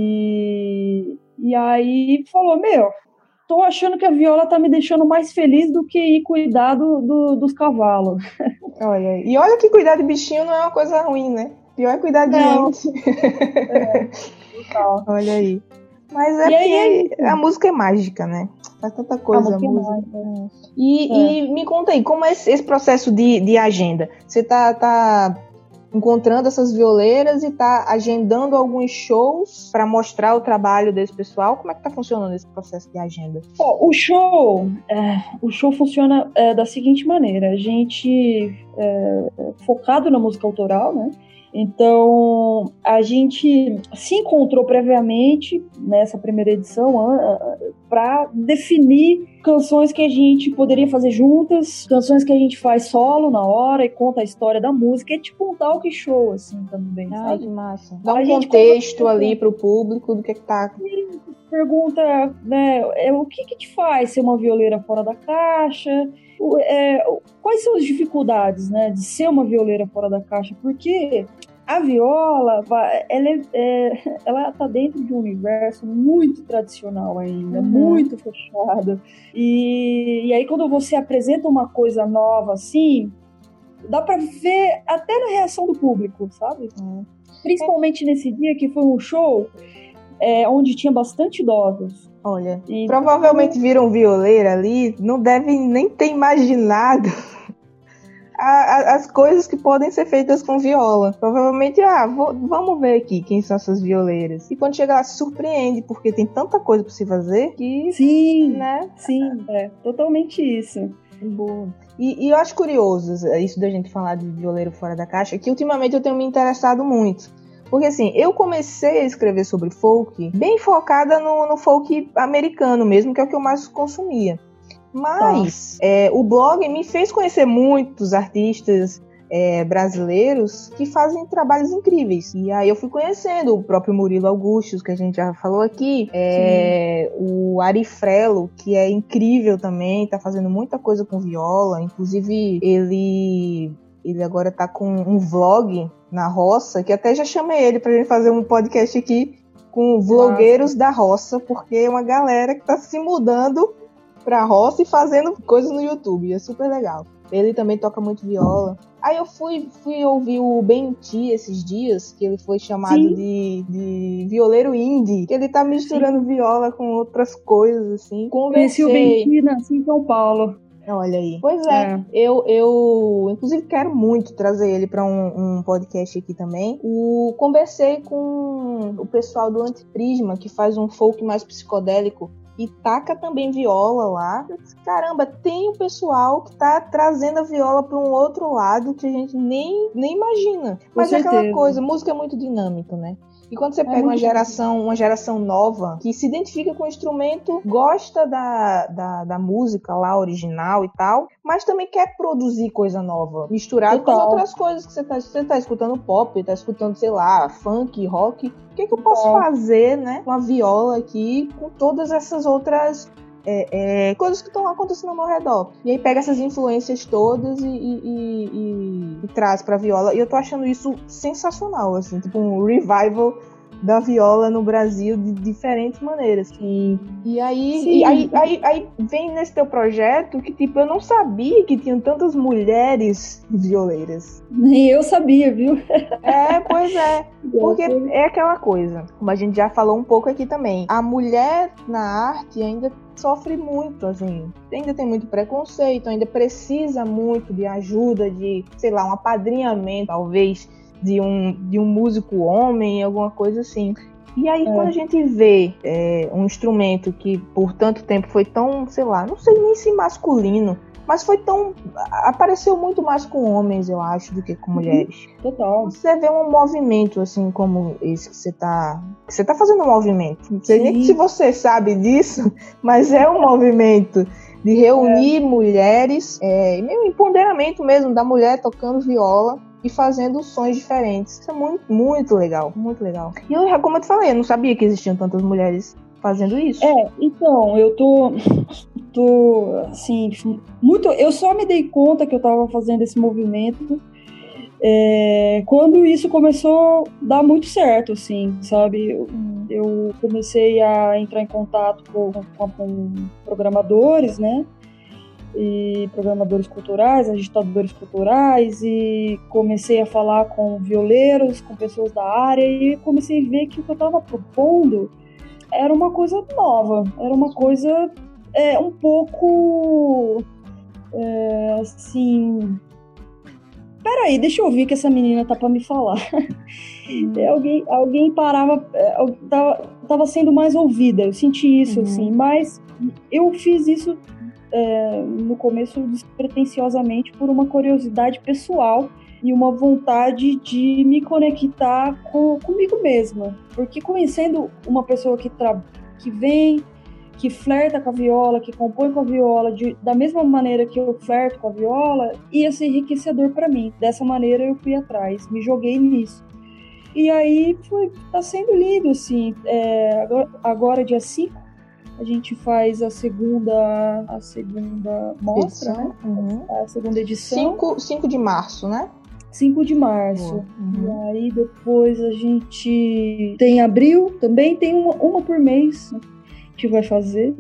E, e aí falou, meu, tô achando que a viola tá me deixando mais feliz do que ir cuidar do, do, dos cavalos. Olha, e olha que cuidar de bichinho não é uma coisa ruim, né? Pior é cuidar de gente. É, olha aí. Mas é e porque aí, a música é mágica, né? Faz tanta coisa a música. A música. É. E, é. e me conta aí, como é esse, esse processo de, de agenda? Você tá, tá encontrando essas violeiras e tá agendando alguns shows para mostrar o trabalho desse pessoal? Como é que tá funcionando esse processo de agenda? Oh, o show, é, o show funciona é, da seguinte maneira: a gente é focado na música autoral, né? Então, a gente se encontrou previamente nessa primeira edição para definir canções que a gente poderia fazer juntas, canções que a gente faz solo na hora e conta a história da música. É tipo um talk show, assim, também, Ai, sabe? que massa. Dá um A gente contexto conversa- ali pro público do que que tá... Pergunta, né, é, o que que te faz ser uma violeira fora da caixa? O- é, o- quais são as dificuldades, né, de ser uma violeira fora da caixa? Porque a viola, vai- ela, é, é, ela tá dentro de um universo muito tradicional ainda, Uhum. muito fechado. E, e aí quando você apresenta uma coisa nova assim, dá pra ver até na reação do público, sabe? Uhum. Principalmente nesse dia que foi um show é, onde tinha bastante idosos. Olha, E- provavelmente viram violeira ali, não devem nem ter imaginado a- a- as coisas que podem ser feitas com viola. Provavelmente, ah, vou- vamos ver aqui quem são essas violeiras. E quando chega lá, se surpreende, porque tem tanta coisa pra se fazer que, Sim, né? sim, é totalmente isso. Boa. E, e eu acho curioso isso da gente falar de violeiro fora da caixa, que ultimamente eu tenho me interessado muito. Porque assim, eu comecei a escrever sobre folk bem focada no, no folk americano mesmo, que é o que eu mais consumia. Mas é, o blog me fez conhecer muitos artistas é, brasileiros que fazem trabalhos incríveis. E aí eu fui conhecendo o próprio Murilo Augustus, que a gente já falou aqui, é, o Ari Frello, que é incrível também, tá fazendo muita coisa com viola. Inclusive, ele, ele agora tá com um vlog na roça, que até já chamei ele pra gente fazer um podcast aqui com vlogueiros da roça, porque é uma galera que tá se mudando pra roça e fazendo coisas no YouTube, é super legal. Ele também toca muito viola. Aí eu fui, fui ouvir o Ben T esses dias, que ele foi chamado de, de violeiro indie, que ele tá misturando Sim. viola com outras coisas, assim. Conheci o Ben T nasci em São Paulo. Olha aí. Pois é, é. Eu, eu inclusive quero muito trazer ele para um, um podcast aqui também. O, conversei com o pessoal do Antiprisma, que faz um folk mais psicodélico e taca também viola lá. Eu disse, caramba, tem o pessoal que tá trazendo a viola para um outro lado que a gente nem, nem imagina. Mas é aquela coisa, música é muito dinâmica, né? E quando você pega é uma geração, uma geração nova que se identifica com o instrumento, gosta da, da, da música lá original e tal, mas também quer produzir coisa nova, misturado Total. com as outras coisas que você tá, você tá escutando pop, tá escutando, sei lá, funk, rock. O que, que eu posso é. fazer, né, com a viola aqui, com todas essas outras É, é, coisas que estão acontecendo ao meu redor. E aí pega essas influências todas e, e, e, e, e traz pra viola. E eu tô achando isso sensacional, assim, tipo um revival da viola no Brasil de diferentes maneiras. Sim. E aí, Sim. E aí, aí, aí vem nesse teu projeto que, tipo, eu não sabia que tinham tantas mulheres violeiras. Nem eu sabia, viu? É, pois é. Porque é aquela coisa, como a gente já falou um pouco aqui também. A mulher na arte ainda sofre muito, assim. Ainda tem muito preconceito, ainda precisa muito de ajuda, de, sei lá, um apadrinhamento, talvez, de um, de um músico homem, alguma coisa assim. E aí, é. quando a gente vê é, um instrumento que por tanto tempo foi tão, sei lá, não sei nem se masculino, mas foi tão... apareceu muito mais com homens, eu acho, do que com mulheres. Total. Você vê um movimento, assim, como esse que você tá... que você tá fazendo um movimento. Não sei Sim. nem se você sabe disso, mas é um movimento de reunir é. mulheres, é, e meio empoderamento mesmo da mulher tocando viola e fazendo sons diferentes. Isso é muito, muito legal, muito legal. E eu, como eu te falei, eu não sabia que existiam tantas mulheres fazendo isso. É, então, eu tô... tô, assim, muito... Eu só me dei conta que eu tava fazendo esse movimento é, quando isso começou a dar muito certo, assim, sabe? Eu, eu comecei a entrar em contato com, com, com programadores, né? E programadores culturais, agitadores culturais, e comecei a falar com violeiros, com pessoas da área, e comecei a ver que o que eu estava propondo era uma coisa nova, era uma coisa é, um pouco é, assim, peraí, deixa eu ouvir que essa menina tá pra me falar. Uhum. alguém, alguém parava, tava, tava sendo mais ouvida, eu senti isso, uhum. assim, mas eu fiz isso é, no começo despretensiosamente por uma curiosidade pessoal e uma vontade de me conectar com, comigo mesma, porque conhecendo uma pessoa que, tra- que vem, que flerta com a viola, que compõe com a viola, de, da mesma maneira que eu flerto com a viola, ia ser enriquecedor para mim. Dessa maneira eu fui atrás, me joguei nisso. E aí foi, tá sendo lindo, assim. É, agora, agora, dia cinco, a gente faz a segunda, a segunda mostra, edição, né? Uhum. A segunda edição. cinco de março, né? cinco de março. Uhum. E aí depois a gente tem abril, também tem uma, uma por mês, né? Que vai fazer.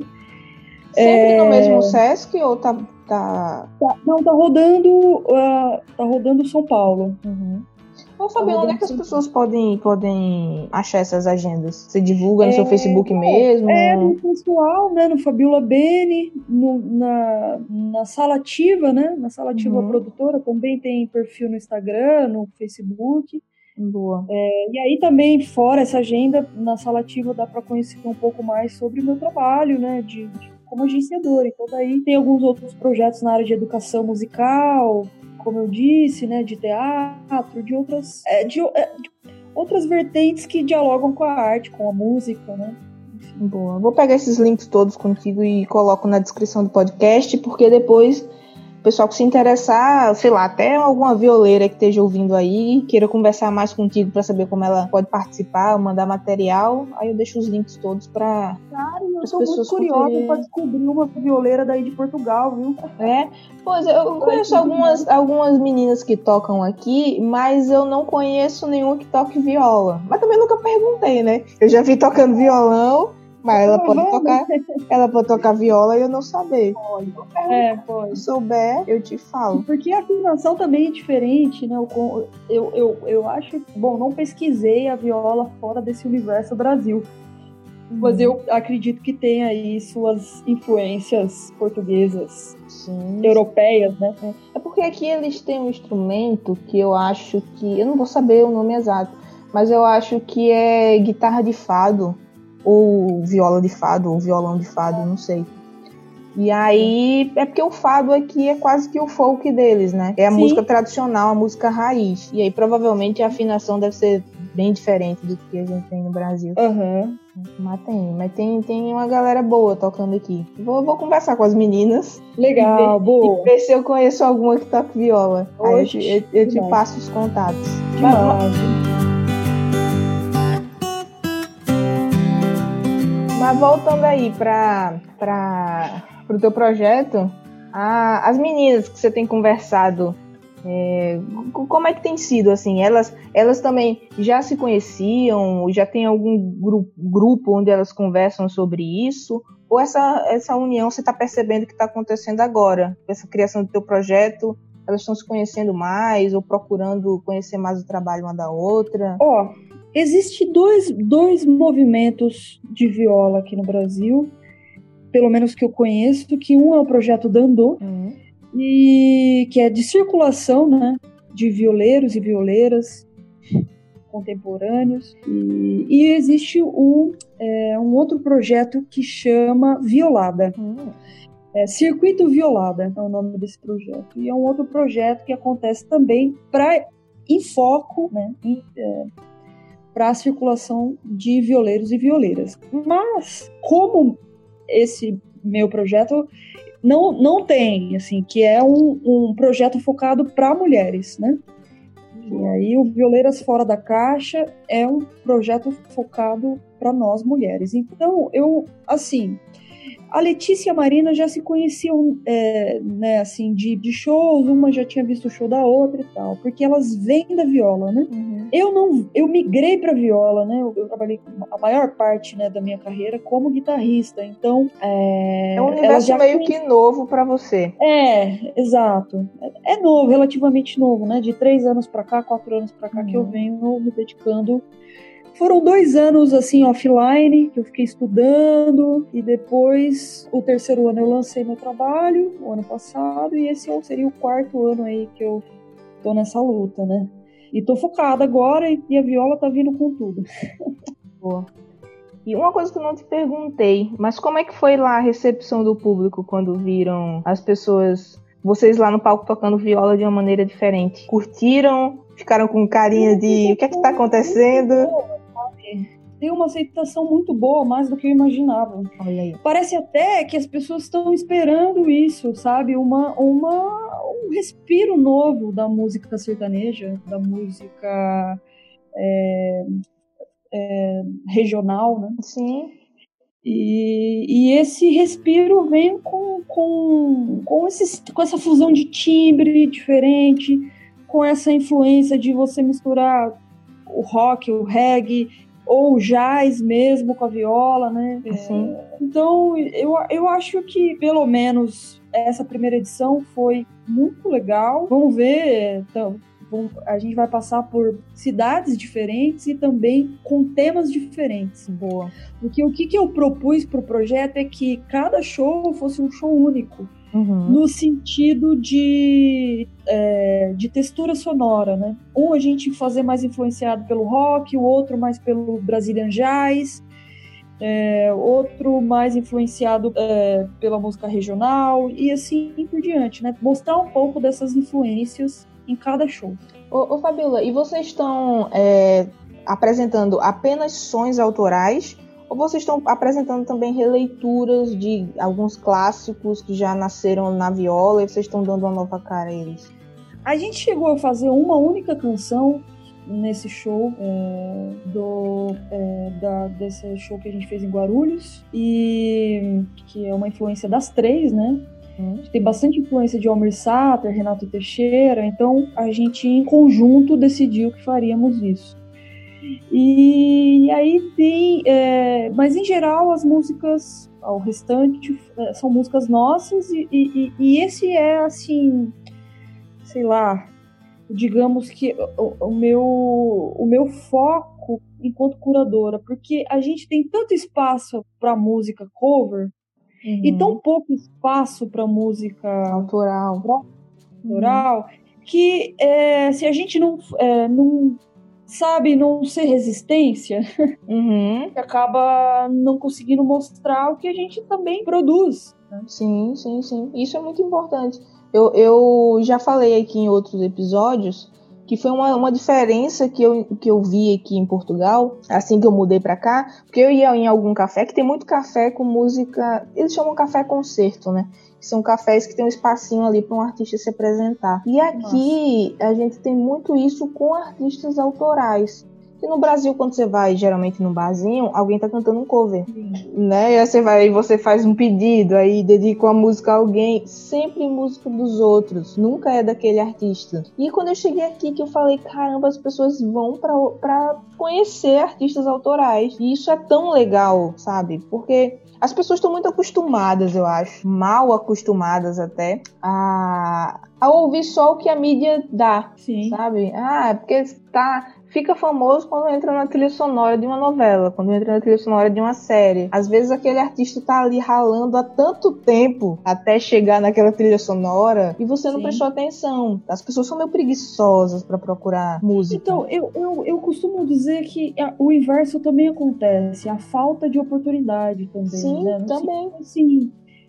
Sempre é... no mesmo Sesc ou tá... tá... tá não, tá rodando uh, tá rodando São Paulo. Uhum. Ô, Fabiana, onde é que as pessoas podem, podem achar essas agendas? Você divulga no é, seu Facebook não, mesmo? É, no pessoal, né, no Fabiola Bene, no, na, na Sala Ativa, né, na Sala Ativa uhum. Produtora, também tem perfil no Instagram, no Facebook. Boa. É, e aí também, fora essa agenda, na Sala Ativa dá para conhecer um pouco mais sobre o meu trabalho, né, de, de, como agenciadora. Então daí tem alguns outros projetos na área de educação musical, como eu disse, né, de teatro, de outras, é, de, é, de outras vertentes que dialogam com a arte, com a música, né. Enfim. Boa. Vou pegar esses links todos contigo e coloco na descrição do podcast, porque depois... O pessoal que se interessar, sei lá, até alguma violeira que esteja ouvindo aí, queira conversar mais contigo para saber como ela pode participar, mandar material, aí eu deixo os links todos para as pessoas curiosa para descobrir uma violeira daí de Portugal, viu? É, pois eu conheço algumas, algumas meninas que tocam aqui, mas eu não conheço nenhuma que toque viola. Mas também nunca perguntei, né? Eu já vi tocando violão, mas ela pode tocar, ela pode tocar viola e eu não saber. Pode. É, pode. Se souber, eu te falo. Porque a afinação também é diferente, né? Eu, eu, eu, eu acho... Bom, não pesquisei a viola fora desse universo Brasil. Hum. Mas eu acredito que tem aí suas influências portuguesas, sim, europeias, né? É porque aqui eles têm um instrumento que eu acho que... Eu não vou saber o nome exato, mas eu acho que é guitarra de fado, ou viola de fado, ou violão de fado, não sei. E aí, é porque o fado aqui é quase que o folk deles, né? É a Sim. música tradicional, a música raiz. E aí, provavelmente, a afinação deve ser bem diferente do que a gente tem no Brasil. Uhum. Mas tem, mas tem, tem uma galera boa tocando aqui. Vou, vou conversar com as meninas. Legal, e ver, boa. E ver se eu conheço alguma que toque viola. Oxe, aí eu, eu, eu te passo os contatos. Demais. Mas voltando aí para o teu projeto, a, as meninas que você tem conversado, é, como é que tem sido? Assim, elas, elas também já se conheciam? Já tem algum grupo, grupo onde elas conversam sobre isso? Ou essa, essa união você está percebendo que está acontecendo agora? Essa criação do teu projeto, elas estão se conhecendo mais ou procurando conhecer mais o trabalho uma da outra? Ó... Oh. Existem dois, dois movimentos de viola aqui no Brasil, pelo menos que eu conheço, que um é o projeto Dandô, uhum. e, que é de circulação, né, de violeiros e violeiras contemporâneos. E, e existe um, é, um outro projeto que chama Violada. Uhum. É, Circuito Violada é o nome desse projeto. E é um outro projeto que acontece também pra, em foco, né, em, é, para a circulação de violeiros e violeiras. Mas, como esse meu projeto não, não tem, assim, que é um, um projeto focado para mulheres, né? E aí o Violeiras Fora da Caixa é um projeto focado para nós mulheres. Então, eu, assim... A Letícia e a Marina já se conheciam, é, né, assim, de, de shows, uma já tinha visto o show da outra e tal, porque elas vêm da viola, né? Uhum. Eu não, eu migrei pra viola, né? Eu, eu trabalhei a maior parte, né, da minha carreira como guitarrista, então... É, é um universo já meio conheciam... que novo pra você. É, exato. É, é novo, relativamente novo, né? De três anos pra cá, quatro anos pra cá, uhum. que eu venho me dedicando. Foram dois anos, assim, offline, que eu fiquei estudando, e depois, o terceiro ano eu lancei meu trabalho, o ano passado, e esse seria o quarto ano aí que eu tô nessa luta, né? E tô focada agora e a viola tá vindo com tudo. Boa. E uma coisa que eu não te perguntei, mas como é que foi lá a recepção do público quando viram as pessoas, vocês lá no palco tocando viola de uma maneira diferente? Curtiram? Ficaram com carinha de o que é que tá acontecendo? Tem uma aceitação muito boa, mais do que eu imaginava. Olha aí. Parece até que as pessoas estão esperando isso, sabe? Uma, uma, um respiro novo da música sertaneja, da música é, é, regional, né? Sim. E, e esse respiro vem com, com, com, esses, com essa fusão de timbre diferente, com essa influência de você misturar o rock, o reggae, ou jazz mesmo com a viola, né? Sim. É, então, eu, eu acho que, pelo menos, essa primeira edição foi muito legal. Vamos ver, então, vamos, a gente vai passar por cidades diferentes e também com temas diferentes. Boa. Porque o que, que eu propus para o projeto é que cada show fosse um show único. Uhum. No sentido de, é, de textura sonora, né? Um a gente fazer mais influenciado pelo rock, o outro mais pelo Brazilian Jazz, é, outro mais influenciado é, pela música regional e assim por diante, né? Mostrar um pouco dessas influências em cada show. Ô, ô Fabiola, e vocês estão é, apresentando apenas sons autorais? Ou vocês estão apresentando também releituras de alguns clássicos que já nasceram na viola e vocês estão dando uma nova cara a eles? A gente chegou a fazer uma única canção nesse show, é, do, é, da, desse show que a gente fez em Guarulhos, e que é uma influência das três, né? Hum. Tem bastante influência de Almir Sater, Renato Teixeira, então a gente em conjunto decidiu que faríamos isso. E aí tem, é, mas em geral as músicas, o restante é, são músicas nossas e, e, e esse é assim, sei lá, digamos que o, o, meu, o meu foco enquanto curadora, porque a gente tem tanto espaço para música cover uhum. e tão pouco espaço para música autoral, autoral uhum. que é, se a gente não, é, não sabe, não ser resistência, uhum. acaba não conseguindo mostrar o que a gente também produz. Né? Sim, sim, sim. Isso é muito importante. Eu, eu já falei aqui em outros episódios que foi uma, uma diferença que eu, que eu vi aqui em Portugal, assim que eu mudei pra cá, porque eu ia em algum café, que tem muito café com música, eles chamam café concerto, né? São cafés que tem um espacinho ali para um artista se apresentar. E aqui Nossa. A gente tem muito isso com artistas autorais. Que no Brasil, quando você vai geralmente num barzinho, alguém tá cantando um cover, Sim. né? E aí você vai e você faz um pedido, aí dedica uma música a alguém, sempre música dos outros, nunca é daquele artista. E quando eu cheguei aqui, que eu falei, caramba, as pessoas vão pra, pra conhecer artistas autorais. E isso é tão legal, sabe? Porque as pessoas estão muito acostumadas, eu acho, mal acostumadas até, a, a ouvir só o que a mídia dá, Sim. sabe? Ah, é porque tá... Fica famoso quando entra na trilha sonora de uma novela, quando entra na trilha sonora de uma série. Às vezes aquele artista tá ali ralando há tanto tempo até chegar naquela trilha sonora e você não Sim. prestou atenção. As pessoas são meio preguiçosas para procurar música. Então, eu, eu, eu costumo dizer que o inverso também acontece, a falta de oportunidade também. Sim, né? No também. sentido, assim,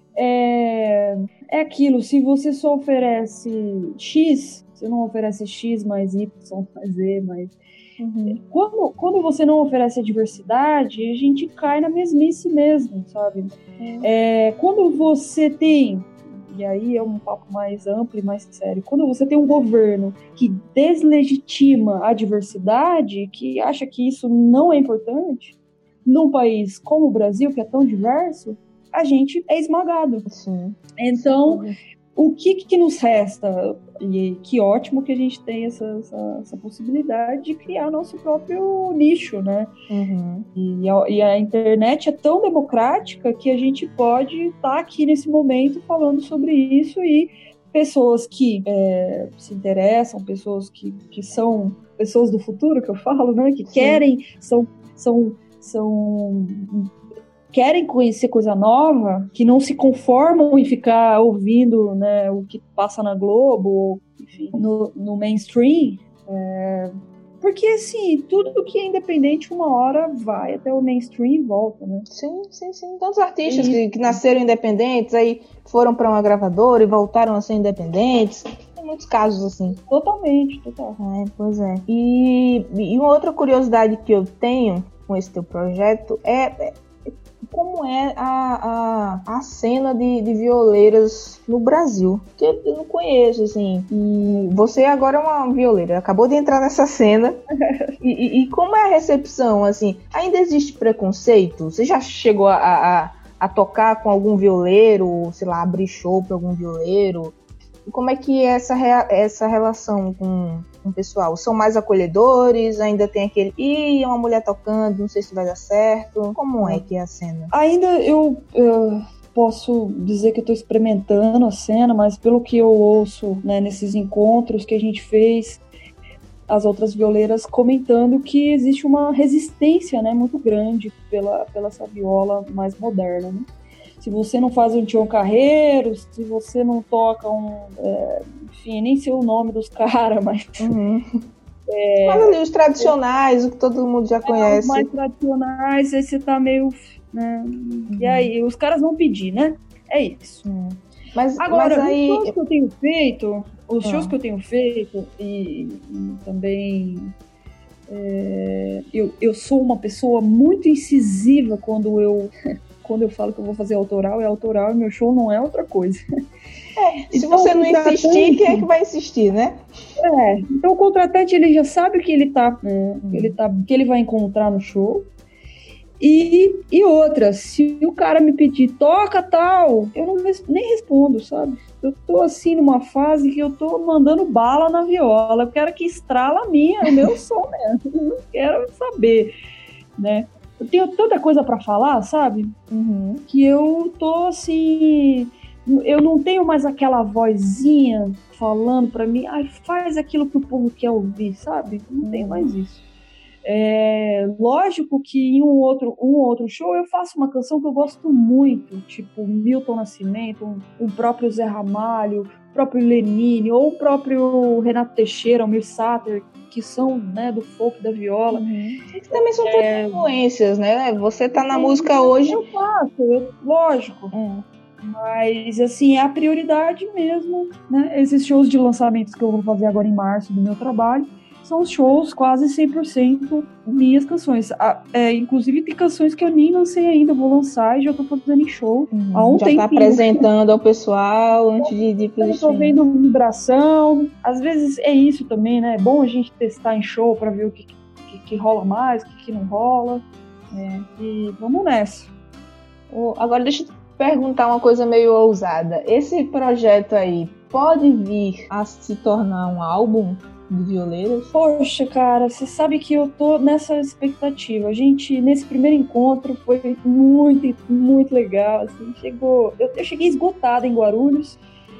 é, é aquilo, se você só oferece X, você não oferece X mais Y mais Z mais... Uhum. Quando, quando você não oferece a diversidade, a gente cai na mesmice mesmo, sabe? Uhum. É, quando você tem, e aí é um papo mais amplo e mais sério, quando você tem um governo que deslegitima a diversidade, que acha que isso não é importante, num país como o Brasil, que é tão diverso, a gente é esmagado. Sim. Então, Sim. o que, que nos resta? E que ótimo que a gente tem essa, essa, essa possibilidade de criar nosso próprio nicho, né? Uhum. E, a, e a internet é tão democrática que a gente pode estar tá aqui nesse momento falando sobre isso e pessoas que é, se interessam, pessoas que, que são pessoas do futuro, que eu falo, né? Que Sim. querem, são... são, são querem conhecer coisa nova, que não se conformam em ficar ouvindo, né, o que passa na Globo, ou, enfim, no, no mainstream, é, porque, assim, tudo que é independente, uma hora vai até o mainstream e volta, né? Sim, sim, sim. Tantos artistas que, que nasceram independentes, aí foram para uma gravadora e voltaram a ser independentes. Tem muitos casos assim. Totalmente, total. É, pois é. E, e uma outra curiosidade que eu tenho com esse teu projeto é... é como é a, a, a cena de, de violeiras no Brasil, que eu não conheço, assim. E você agora é uma violeira, acabou de entrar nessa cena. E, e, e como é a recepção, assim? Ainda existe preconceito? Você já chegou a, a, a tocar com algum violeiro, sei lá, abrir show para algum violeiro? E como é que é essa, rea, essa relação com, com o pessoal? São mais acolhedores? Ainda tem aquele, ih, é uma mulher tocando, não sei se vai dar certo. Como é que é a cena? Ainda eu, eu posso dizer que eu estou experimentando a cena, mas pelo que eu ouço, né, nesses encontros que a gente fez, as outras violeiras comentando que existe uma resistência, né, muito grande pela, pela essa viola mais moderna, né? Se você não faz um Tião Carreiro, se você não toca um... É, enfim, nem sei o nome dos caras, mas... Uhum. É, mas ali os tradicionais, é, o que todo mundo já conhece. Os mais tradicionais, aí você tá meio... Né? Uhum. E aí, os caras vão pedir, né? É isso. Uhum. Mas, agora, mas aí... os shows que eu tenho feito, os uhum. shows que eu tenho feito, e, e também... É, eu, eu sou uma pessoa muito incisiva quando eu... Quando eu falo que eu vou fazer autoral, é autoral e meu show não é outra coisa. É, se então, você não insistir, quem é que vai insistir, né? É, então o contratante ele já sabe o que ele tá, né, hum. ele tá, que ele vai encontrar no show. E, e outra, se o cara me pedir toca tal, eu não nem respondo, sabe? Eu tô assim numa fase que eu tô mandando bala na viola, eu quero que estrala a minha, o meu som mesmo, eu não quero saber, né? Eu tenho tanta coisa pra falar, sabe? Uhum. Que eu tô assim... Eu não tenho mais aquela vozinha falando pra mim, ai, faz aquilo que o povo quer ouvir, sabe? Não uhum. tenho mais isso. É, lógico que em um outro, um outro show eu faço uma canção que eu gosto muito, tipo Milton Nascimento, um, um próprio Zé Ramalho, o próprio Lenine, ou o próprio Renato Teixeira, o Mir Sater, que são, né, do folk, da viola. Uhum. Que também são é... influências, né? Você tá na música hoje. Eu faço, eu, lógico. Uhum. Mas, assim, é a prioridade mesmo, né? Esses shows de lançamentos que eu vou fazer agora em março do meu trabalho são shows quase cem por cento minhas canções. Ah, é, inclusive tem canções que eu nem lancei ainda, vou lançar e já tô fazendo em show. Uhum. Há um já tempinho. Tá apresentando ao pessoal antes de, de ir tô vendo vibração. Às vezes é isso também, né? É bom a gente testar em show pra ver o que, que, que rola mais, o que, que não rola. É, e vamos nessa. Oh, agora deixa eu te perguntar uma coisa meio ousada. Esse projeto aí pode vir a se tornar um álbum de violeiras? Poxa, cara, você sabe que eu tô nessa expectativa. A gente, nesse primeiro encontro, foi muito, muito legal, assim, chegou... Eu, eu cheguei esgotada em Guarulhos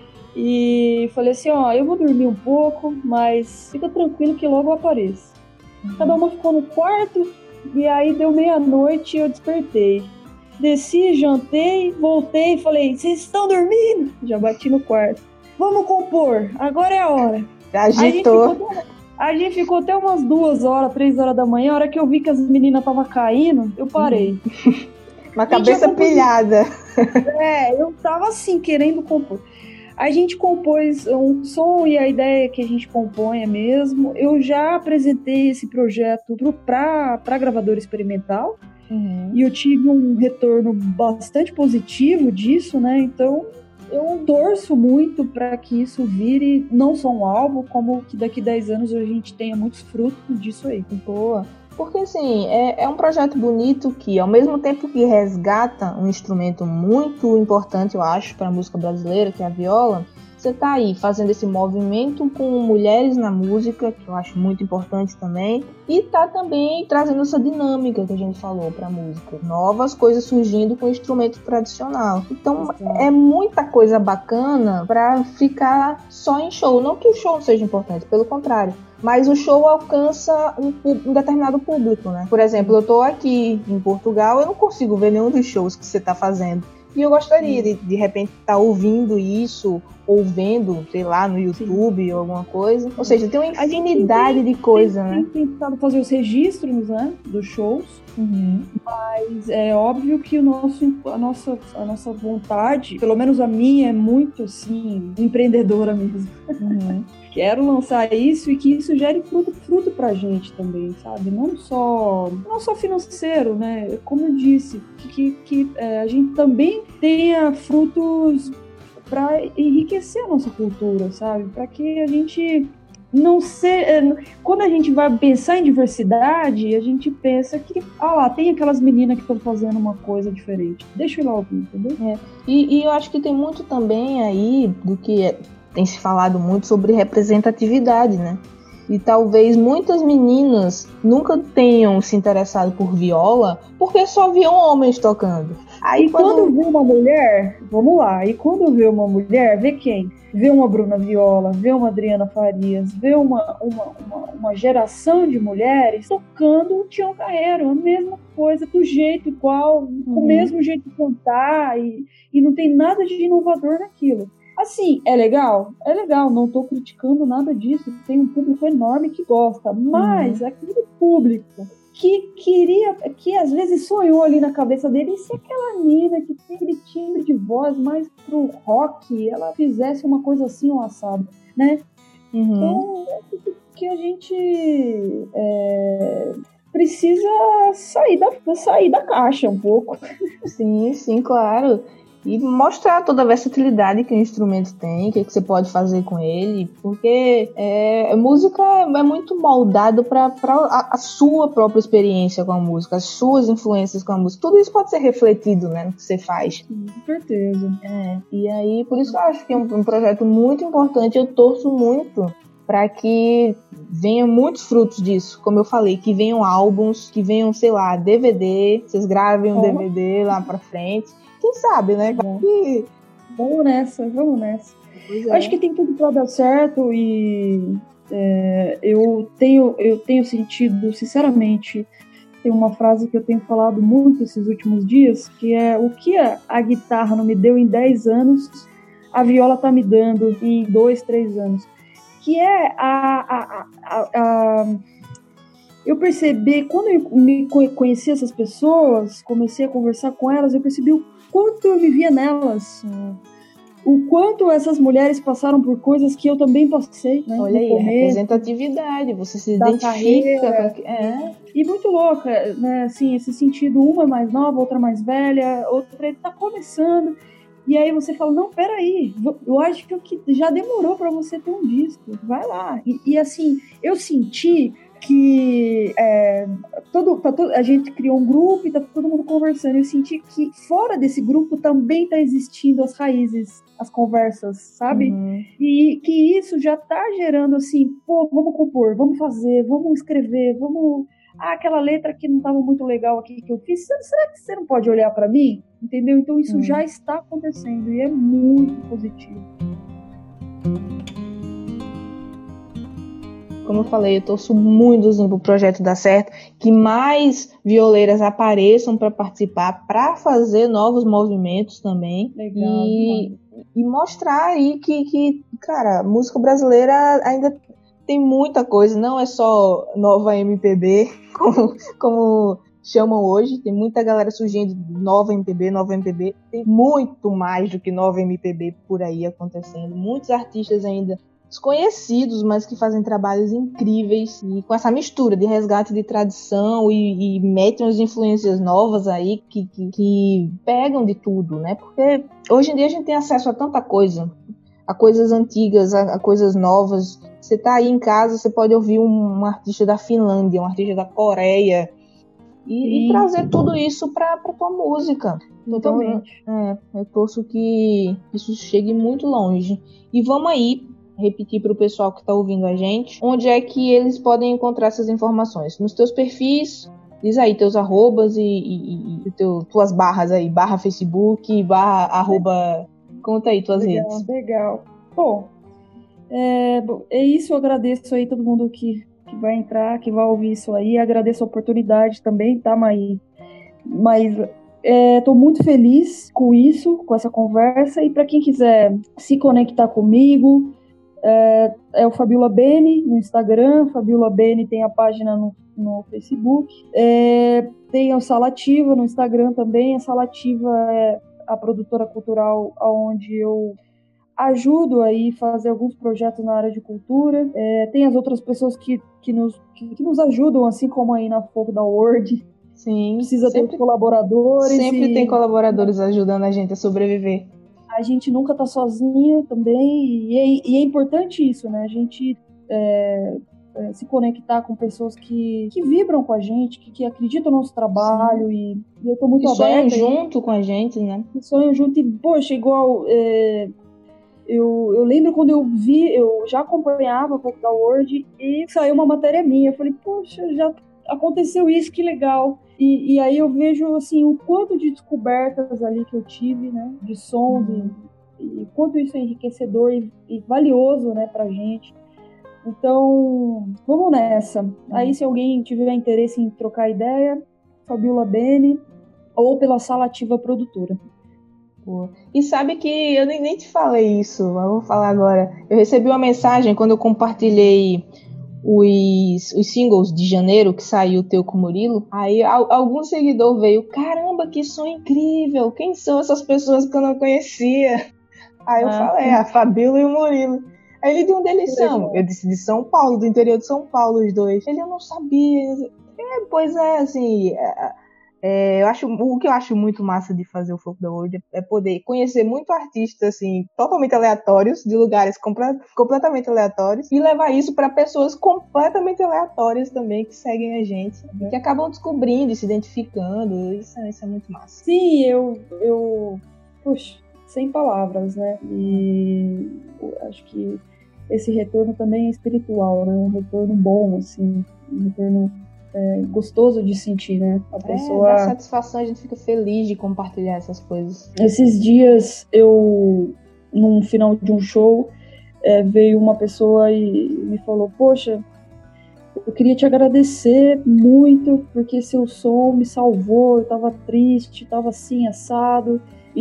e falei assim, ó, eu vou dormir um pouco, mas fica tranquilo que logo eu apareço. Uhum. Cada uma ficou no quarto e aí deu meia-noite e eu despertei. Desci, jantei, voltei e falei, vocês estão dormindo? Já bati no quarto. Vamos compor, agora é a hora. Agitou. A gente, ficou, a gente ficou até umas duas horas, três horas da manhã. A hora que eu vi que as meninas estavam caindo, eu parei. Uma cabeça pilhada. É, eu tava assim, querendo compor. A gente compôs um som e a ideia é que a gente componha mesmo. Eu já apresentei esse projeto para a gravadora experimental. Uhum. E eu tive um retorno bastante positivo disso, né? Então... eu torço muito para que isso vire não só um álbum, como que daqui a dez anos a gente tenha muitos frutos disso aí. Boa. Porque, assim, é, é um projeto bonito que, ao mesmo tempo que resgata um instrumento muito importante, eu acho, para a música brasileira, que é a viola, você tá aí fazendo esse movimento com mulheres na música, que eu acho muito importante também, e tá também trazendo essa dinâmica que a gente falou pra música. Novas coisas surgindo com o instrumento tradicional. Então, é muita coisa bacana pra ficar só em show. Não que o show não seja importante, pelo contrário. mas o show alcança um, um determinado público, né? Por exemplo, eu tô aqui em Portugal, eu não consigo ver nenhum dos shows que você tá fazendo. E eu gostaria de, de repente, estar tá ouvindo isso, ou vendo, sei lá, no YouTube Sim. ou alguma coisa. Ou seja, tem uma infinidade tem, de coisa, tem, né? Tem tentado fazer os registros, né, dos shows, uhum. mas é óbvio que o nosso, a, nossa, a nossa vontade, pelo menos a minha, é muito, assim, empreendedora mesmo. Uhum. Quero lançar isso e que isso gere fruto, fruto pra gente também, sabe? Não só, não só financeiro, né? Como eu disse, que, que, que é, a gente também tenha frutos para enriquecer a nossa cultura, sabe? Para que a gente não ser... Quando a gente vai pensar em diversidade, a gente pensa que, ah lá, tem aquelas meninas que estão fazendo uma coisa diferente. Deixa eu ir lá ouvir, entendeu? É. E, e eu acho que tem muito também aí do que... É... tem se falado muito sobre representatividade, né? E talvez muitas meninas nunca tenham se interessado por viola porque só viam homens tocando. Aí e quando, quando vê uma mulher, vamos lá, e quando vê uma mulher, vê quem? Vê uma Bruna Viola, vê uma Adriana Farias, vê uma, uma, uma, uma geração de mulheres tocando o Tião Carreiro, a mesma coisa, do jeito igual, uhum. com o mesmo jeito de cantar, e, e não tem nada de inovador naquilo. Assim, é legal? É legal, não estou criticando nada disso, tem um público enorme que gosta, mas uhum. aquele público que queria, que às vezes sonhou ali na cabeça dele, e se aquela menina que tem aquele timbre de voz mais pro rock, ela fizesse uma coisa assim, um assado, né? Uhum. Então, é que a gente é, precisa sair da, sair da caixa um pouco. Sim, sim, claro. E mostrar toda a versatilidade que o instrumento tem, o que, que você pode fazer com ele, porque é, a música é muito moldado para a, a sua própria experiência com a música, as suas influências com a música. Tudo isso pode ser refletido, né, no que você faz. Com certeza. É, e aí, por isso eu acho que é um, um projeto muito importante. Eu torço muito para que venham muitos frutos disso, como eu falei, que venham álbuns, que venham, sei lá, D V D, vocês gravem um oh. D V D lá pra frente. Quem sabe, né? Que... Vamos nessa, vamos nessa. É. Acho que tem tudo pra dar certo e é, eu, tenho, eu tenho sentido, sinceramente, tem uma frase que eu tenho falado muito esses últimos dias, que é: o que a, a guitarra não me deu em dez anos, a viola tá me dando em dois, três anos. Que é a... a, a, a eu percebi, quando eu me conheci essas pessoas, comecei a conversar com elas, eu percebi o quanto eu vivia nelas, o quanto essas mulheres passaram por coisas que eu também passei, né? Olha aí, começo, representatividade, você se identifica. Com... É. E muito louca, né? Assim, esse sentido, uma é mais nova, outra mais velha, outra está começando. E aí você fala, não, peraí, eu acho que já demorou para você ter um disco, vai lá. E, e assim, eu senti que é, todo, tá todo, a gente criou um grupo e tá todo mundo conversando. Eu senti que fora desse grupo também tá existindo as raízes, as conversas, sabe? Uhum. E que isso já tá gerando assim, pô, vamos compor, vamos fazer, vamos escrever, vamos... Ah, aquela letra que não estava muito legal aqui que eu fiz, será que você não pode olhar para mim? Entendeu? Então isso uhum. já está acontecendo e é muito positivo. Como eu falei, eu torço muito assim, para o projeto dar certo, que mais violeiras apareçam para participar, para fazer novos movimentos também. Legal, e, e mostrar aí que, que, cara, a música brasileira ainda tem muita coisa, não é só nova M P B, como, como chamam hoje, tem muita galera surgindo, nova M P B, nova M P B, tem muito mais do que nova M P B por aí acontecendo, muitos artistas ainda desconhecidos, mas que fazem trabalhos incríveis e com essa mistura de resgate de tradição e, e metem as influências novas aí que, que, que pegam de tudo, né? Porque hoje em dia a gente tem acesso a tanta coisa, a coisas antigas, a, a coisas novas. Você tá aí em casa, você pode ouvir um, um artista da Finlândia, um artista da Coreia e, e trazer tudo isso pra, pra tua música. Então, eu, é, eu torço que isso chegue muito longe. E vamos aí repetir para o pessoal que está ouvindo a gente, onde é que eles podem encontrar essas informações? Nos teus perfis, diz aí teus arrobas e, e, e teu, tuas barras aí, barra Facebook, barra arroba, conta aí tuas legal, redes. Legal, bom, É, é isso, eu agradeço aí todo mundo que, que vai entrar, que vai ouvir isso aí. Agradeço a oportunidade também, tá, Maí? Mas estou é, muito feliz com isso, com essa conversa. E para quem quiser se conectar comigo, é, é o Fabiola Bene no Instagram. Fabiola Bene tem a página no, no Facebook. É, tem a Salativa no Instagram também. A Salativa é a produtora cultural onde eu ajudo aí a fazer alguns projetos na área de cultura. É, tem as outras pessoas que, que, nos, que, que nos ajudam, assim como aí na Fogo da Word. Sim. Precisa sempre, ter colaboradores. Sempre e... tem colaboradores ajudando a gente a sobreviver. A gente nunca tá sozinho também. E é, e é importante isso, né? A gente é, é, se conectar com pessoas que, que vibram com a gente, que, que acreditam no nosso trabalho. E, e eu tô muito que aberta. Sonham junto com a gente, né? Que sonham junto. E, poxa, igual... É, Eu, eu lembro quando eu vi, eu já acompanhava um pouco da Word e saiu uma matéria minha. Eu falei, poxa, já aconteceu isso, que legal. E, e aí eu vejo, assim, o quanto de descobertas ali que eu tive, né, de sons, uhum. e, e quanto isso é enriquecedor e, e valioso, né, pra gente. Então, vamos nessa. Uhum. Aí, se alguém tiver interesse em trocar ideia, Fabiola Bene ou pela Salativa Produtora. E sabe que eu nem, nem te falei isso, mas vou falar agora. Eu recebi uma mensagem quando eu compartilhei os, os singles de janeiro que saiu o Teu com Murilo. Aí algum seguidor veio, caramba, que som incrível, quem são essas pessoas que eu não conhecia? Aí eu ah, falei, a Fabiola e o Murilo. Aí ele, de onde eles são? Eu disse, de São Paulo, do interior de São Paulo, os dois. Ele, eu não sabia. É, pois é, assim... É, É, eu acho, o que eu acho muito massa de fazer o Fogo da Word é poder conhecer muito artistas assim, totalmente aleatórios, de lugares comple- completamente aleatórios, e levar isso para pessoas completamente aleatórias também que seguem a gente, uhum. e que acabam descobrindo e se identificando. Isso, isso é muito massa. Sim, eu, eu puxa, sem palavras, né? E eu acho que esse retorno também é espiritual, né? Um retorno bom, assim, um retorno É, gostoso de sentir, né? A pessoa... É, dá satisfação, a gente fica feliz de compartilhar essas coisas. Esses dias, eu, num final de um show, é, veio uma pessoa e me falou, poxa, eu queria te agradecer muito, porque seu som me salvou, eu tava triste, tava assim, assado,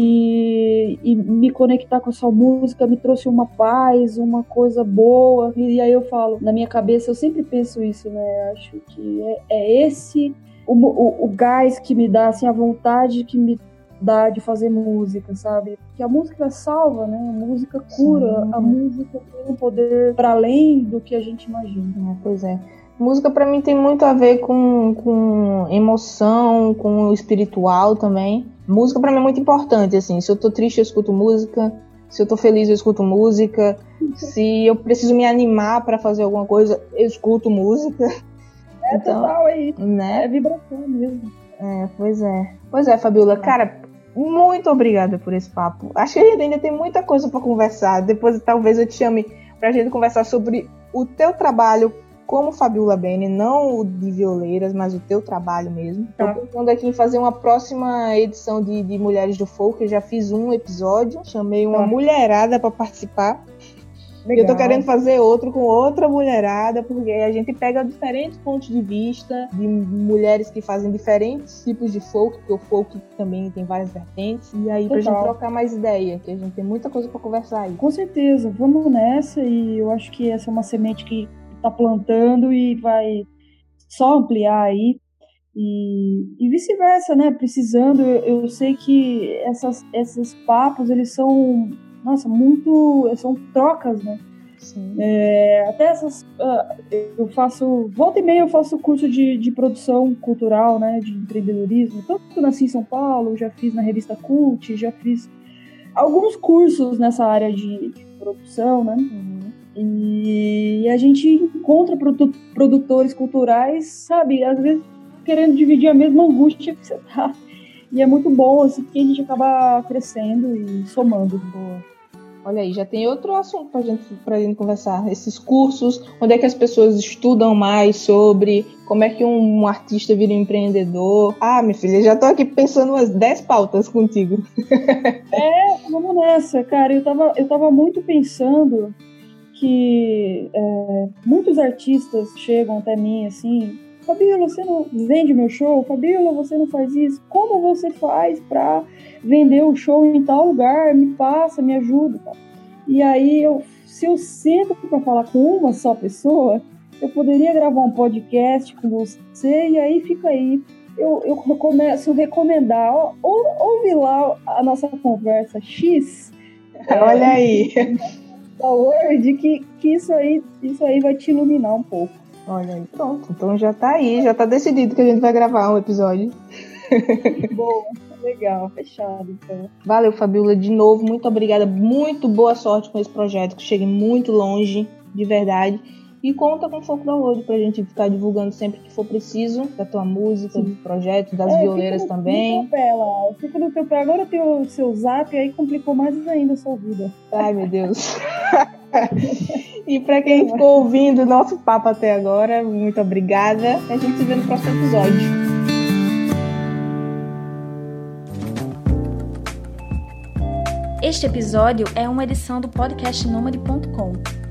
e, e me conectar com a sua música me trouxe uma paz, uma coisa boa. E, e aí eu falo, na minha cabeça, eu sempre penso isso, né? Acho que é, é esse o, o, o gás que me dá, assim, a vontade que me dá de fazer música, sabe? Porque a música salva, né? A música cura, Sim. a música tem um poder para além do que a gente imagina. É, pois é. Música pra mim tem muito a ver com, com emoção, com o espiritual também. Música pra mim é muito importante, assim. Se eu tô triste, eu escuto música. Se eu tô feliz, eu escuto música. Se eu preciso me animar pra fazer alguma coisa, eu escuto música. É então, total, é isso. Né? É vibração mesmo. É, pois é. Pois é, Fabiola. Cara, muito obrigada por esse papo. Acho que a gente ainda tem muita coisa pra conversar. Depois, talvez, eu te chame pra gente conversar sobre o teu trabalho como Fabiola Bene, não o de violeiras, mas o teu trabalho mesmo. Tá. Tô pensando aqui em fazer uma próxima edição de, de Mulheres do Folk. Eu já fiz um episódio, chamei uma tá. mulherada para participar. Legal. Eu tô querendo fazer outro com outra mulherada, porque a gente pega diferentes pontos de vista de mulheres que fazem diferentes tipos de folk, porque o folk também tem várias vertentes. E aí, Total. pra gente trocar mais ideia, que a gente tem muita coisa para conversar aí. Com certeza, vamos nessa, e eu acho que essa é uma semente que tá plantando e vai só ampliar aí, e, e vice-versa, né? Precisando, eu, eu sei que essas, esses papos, eles são, nossa, muito, são trocas, né? Sim. É, até essas, uh, eu faço, volta e meia eu faço curso de, de produção cultural, né? De empreendedorismo, tanto que eu nasci em São Paulo, já fiz na revista Cult, já fiz alguns cursos nessa área de, de produção, né? Uhum. E a gente encontra produ- produtores culturais, sabe, às vezes querendo dividir a mesma angústia que você tá. E é muito bom, assim, que a gente acaba crescendo e somando. Boa. Olha aí, já tem outro assunto pra gente, pra gente conversar. Esses cursos, onde é que as pessoas estudam mais sobre, como é que um, um artista vira um empreendedor. Ah, minha filha, já tô aqui pensando umas dez pautas contigo. É, vamos nessa, cara. Eu tava, eu tava muito pensando que é, muitos artistas chegam até mim assim, Fabíola, você não vende meu show? Fabíola, você não faz isso? Como você faz pra vender o show em tal lugar? Me passa, me ajuda. Tá? E aí, eu, se eu sento pra falar com uma só pessoa, eu poderia gravar um podcast com você, e aí fica aí. Eu, eu começo a recomendar, ó, ou, ouve lá a nossa conversa X. Olha é, aí. Da Word, que, que isso, aí, isso aí vai te iluminar um pouco. Olha aí, pronto. Então já tá aí, já tá decidido que a gente vai gravar um episódio. Bom, legal, fechado então. Valeu, Fabíola, de novo, muito obrigada, muito boa sorte com esse projeto, que chegue muito longe, de verdade. E conta com o Foco da World pra gente ficar divulgando sempre que for preciso, da tua música, Sim. do projeto, das é, violeiras no, também. No teu pé lá. Eu fico no teu pé. Agora tem o seu zap, aí complicou mais ainda a sua vida. Ai, meu Deus. E pra quem ficou ouvindo o nosso papo até agora, muito obrigada. A gente se vê no próximo episódio. Este episódio é uma edição do podcast nômade ponto com.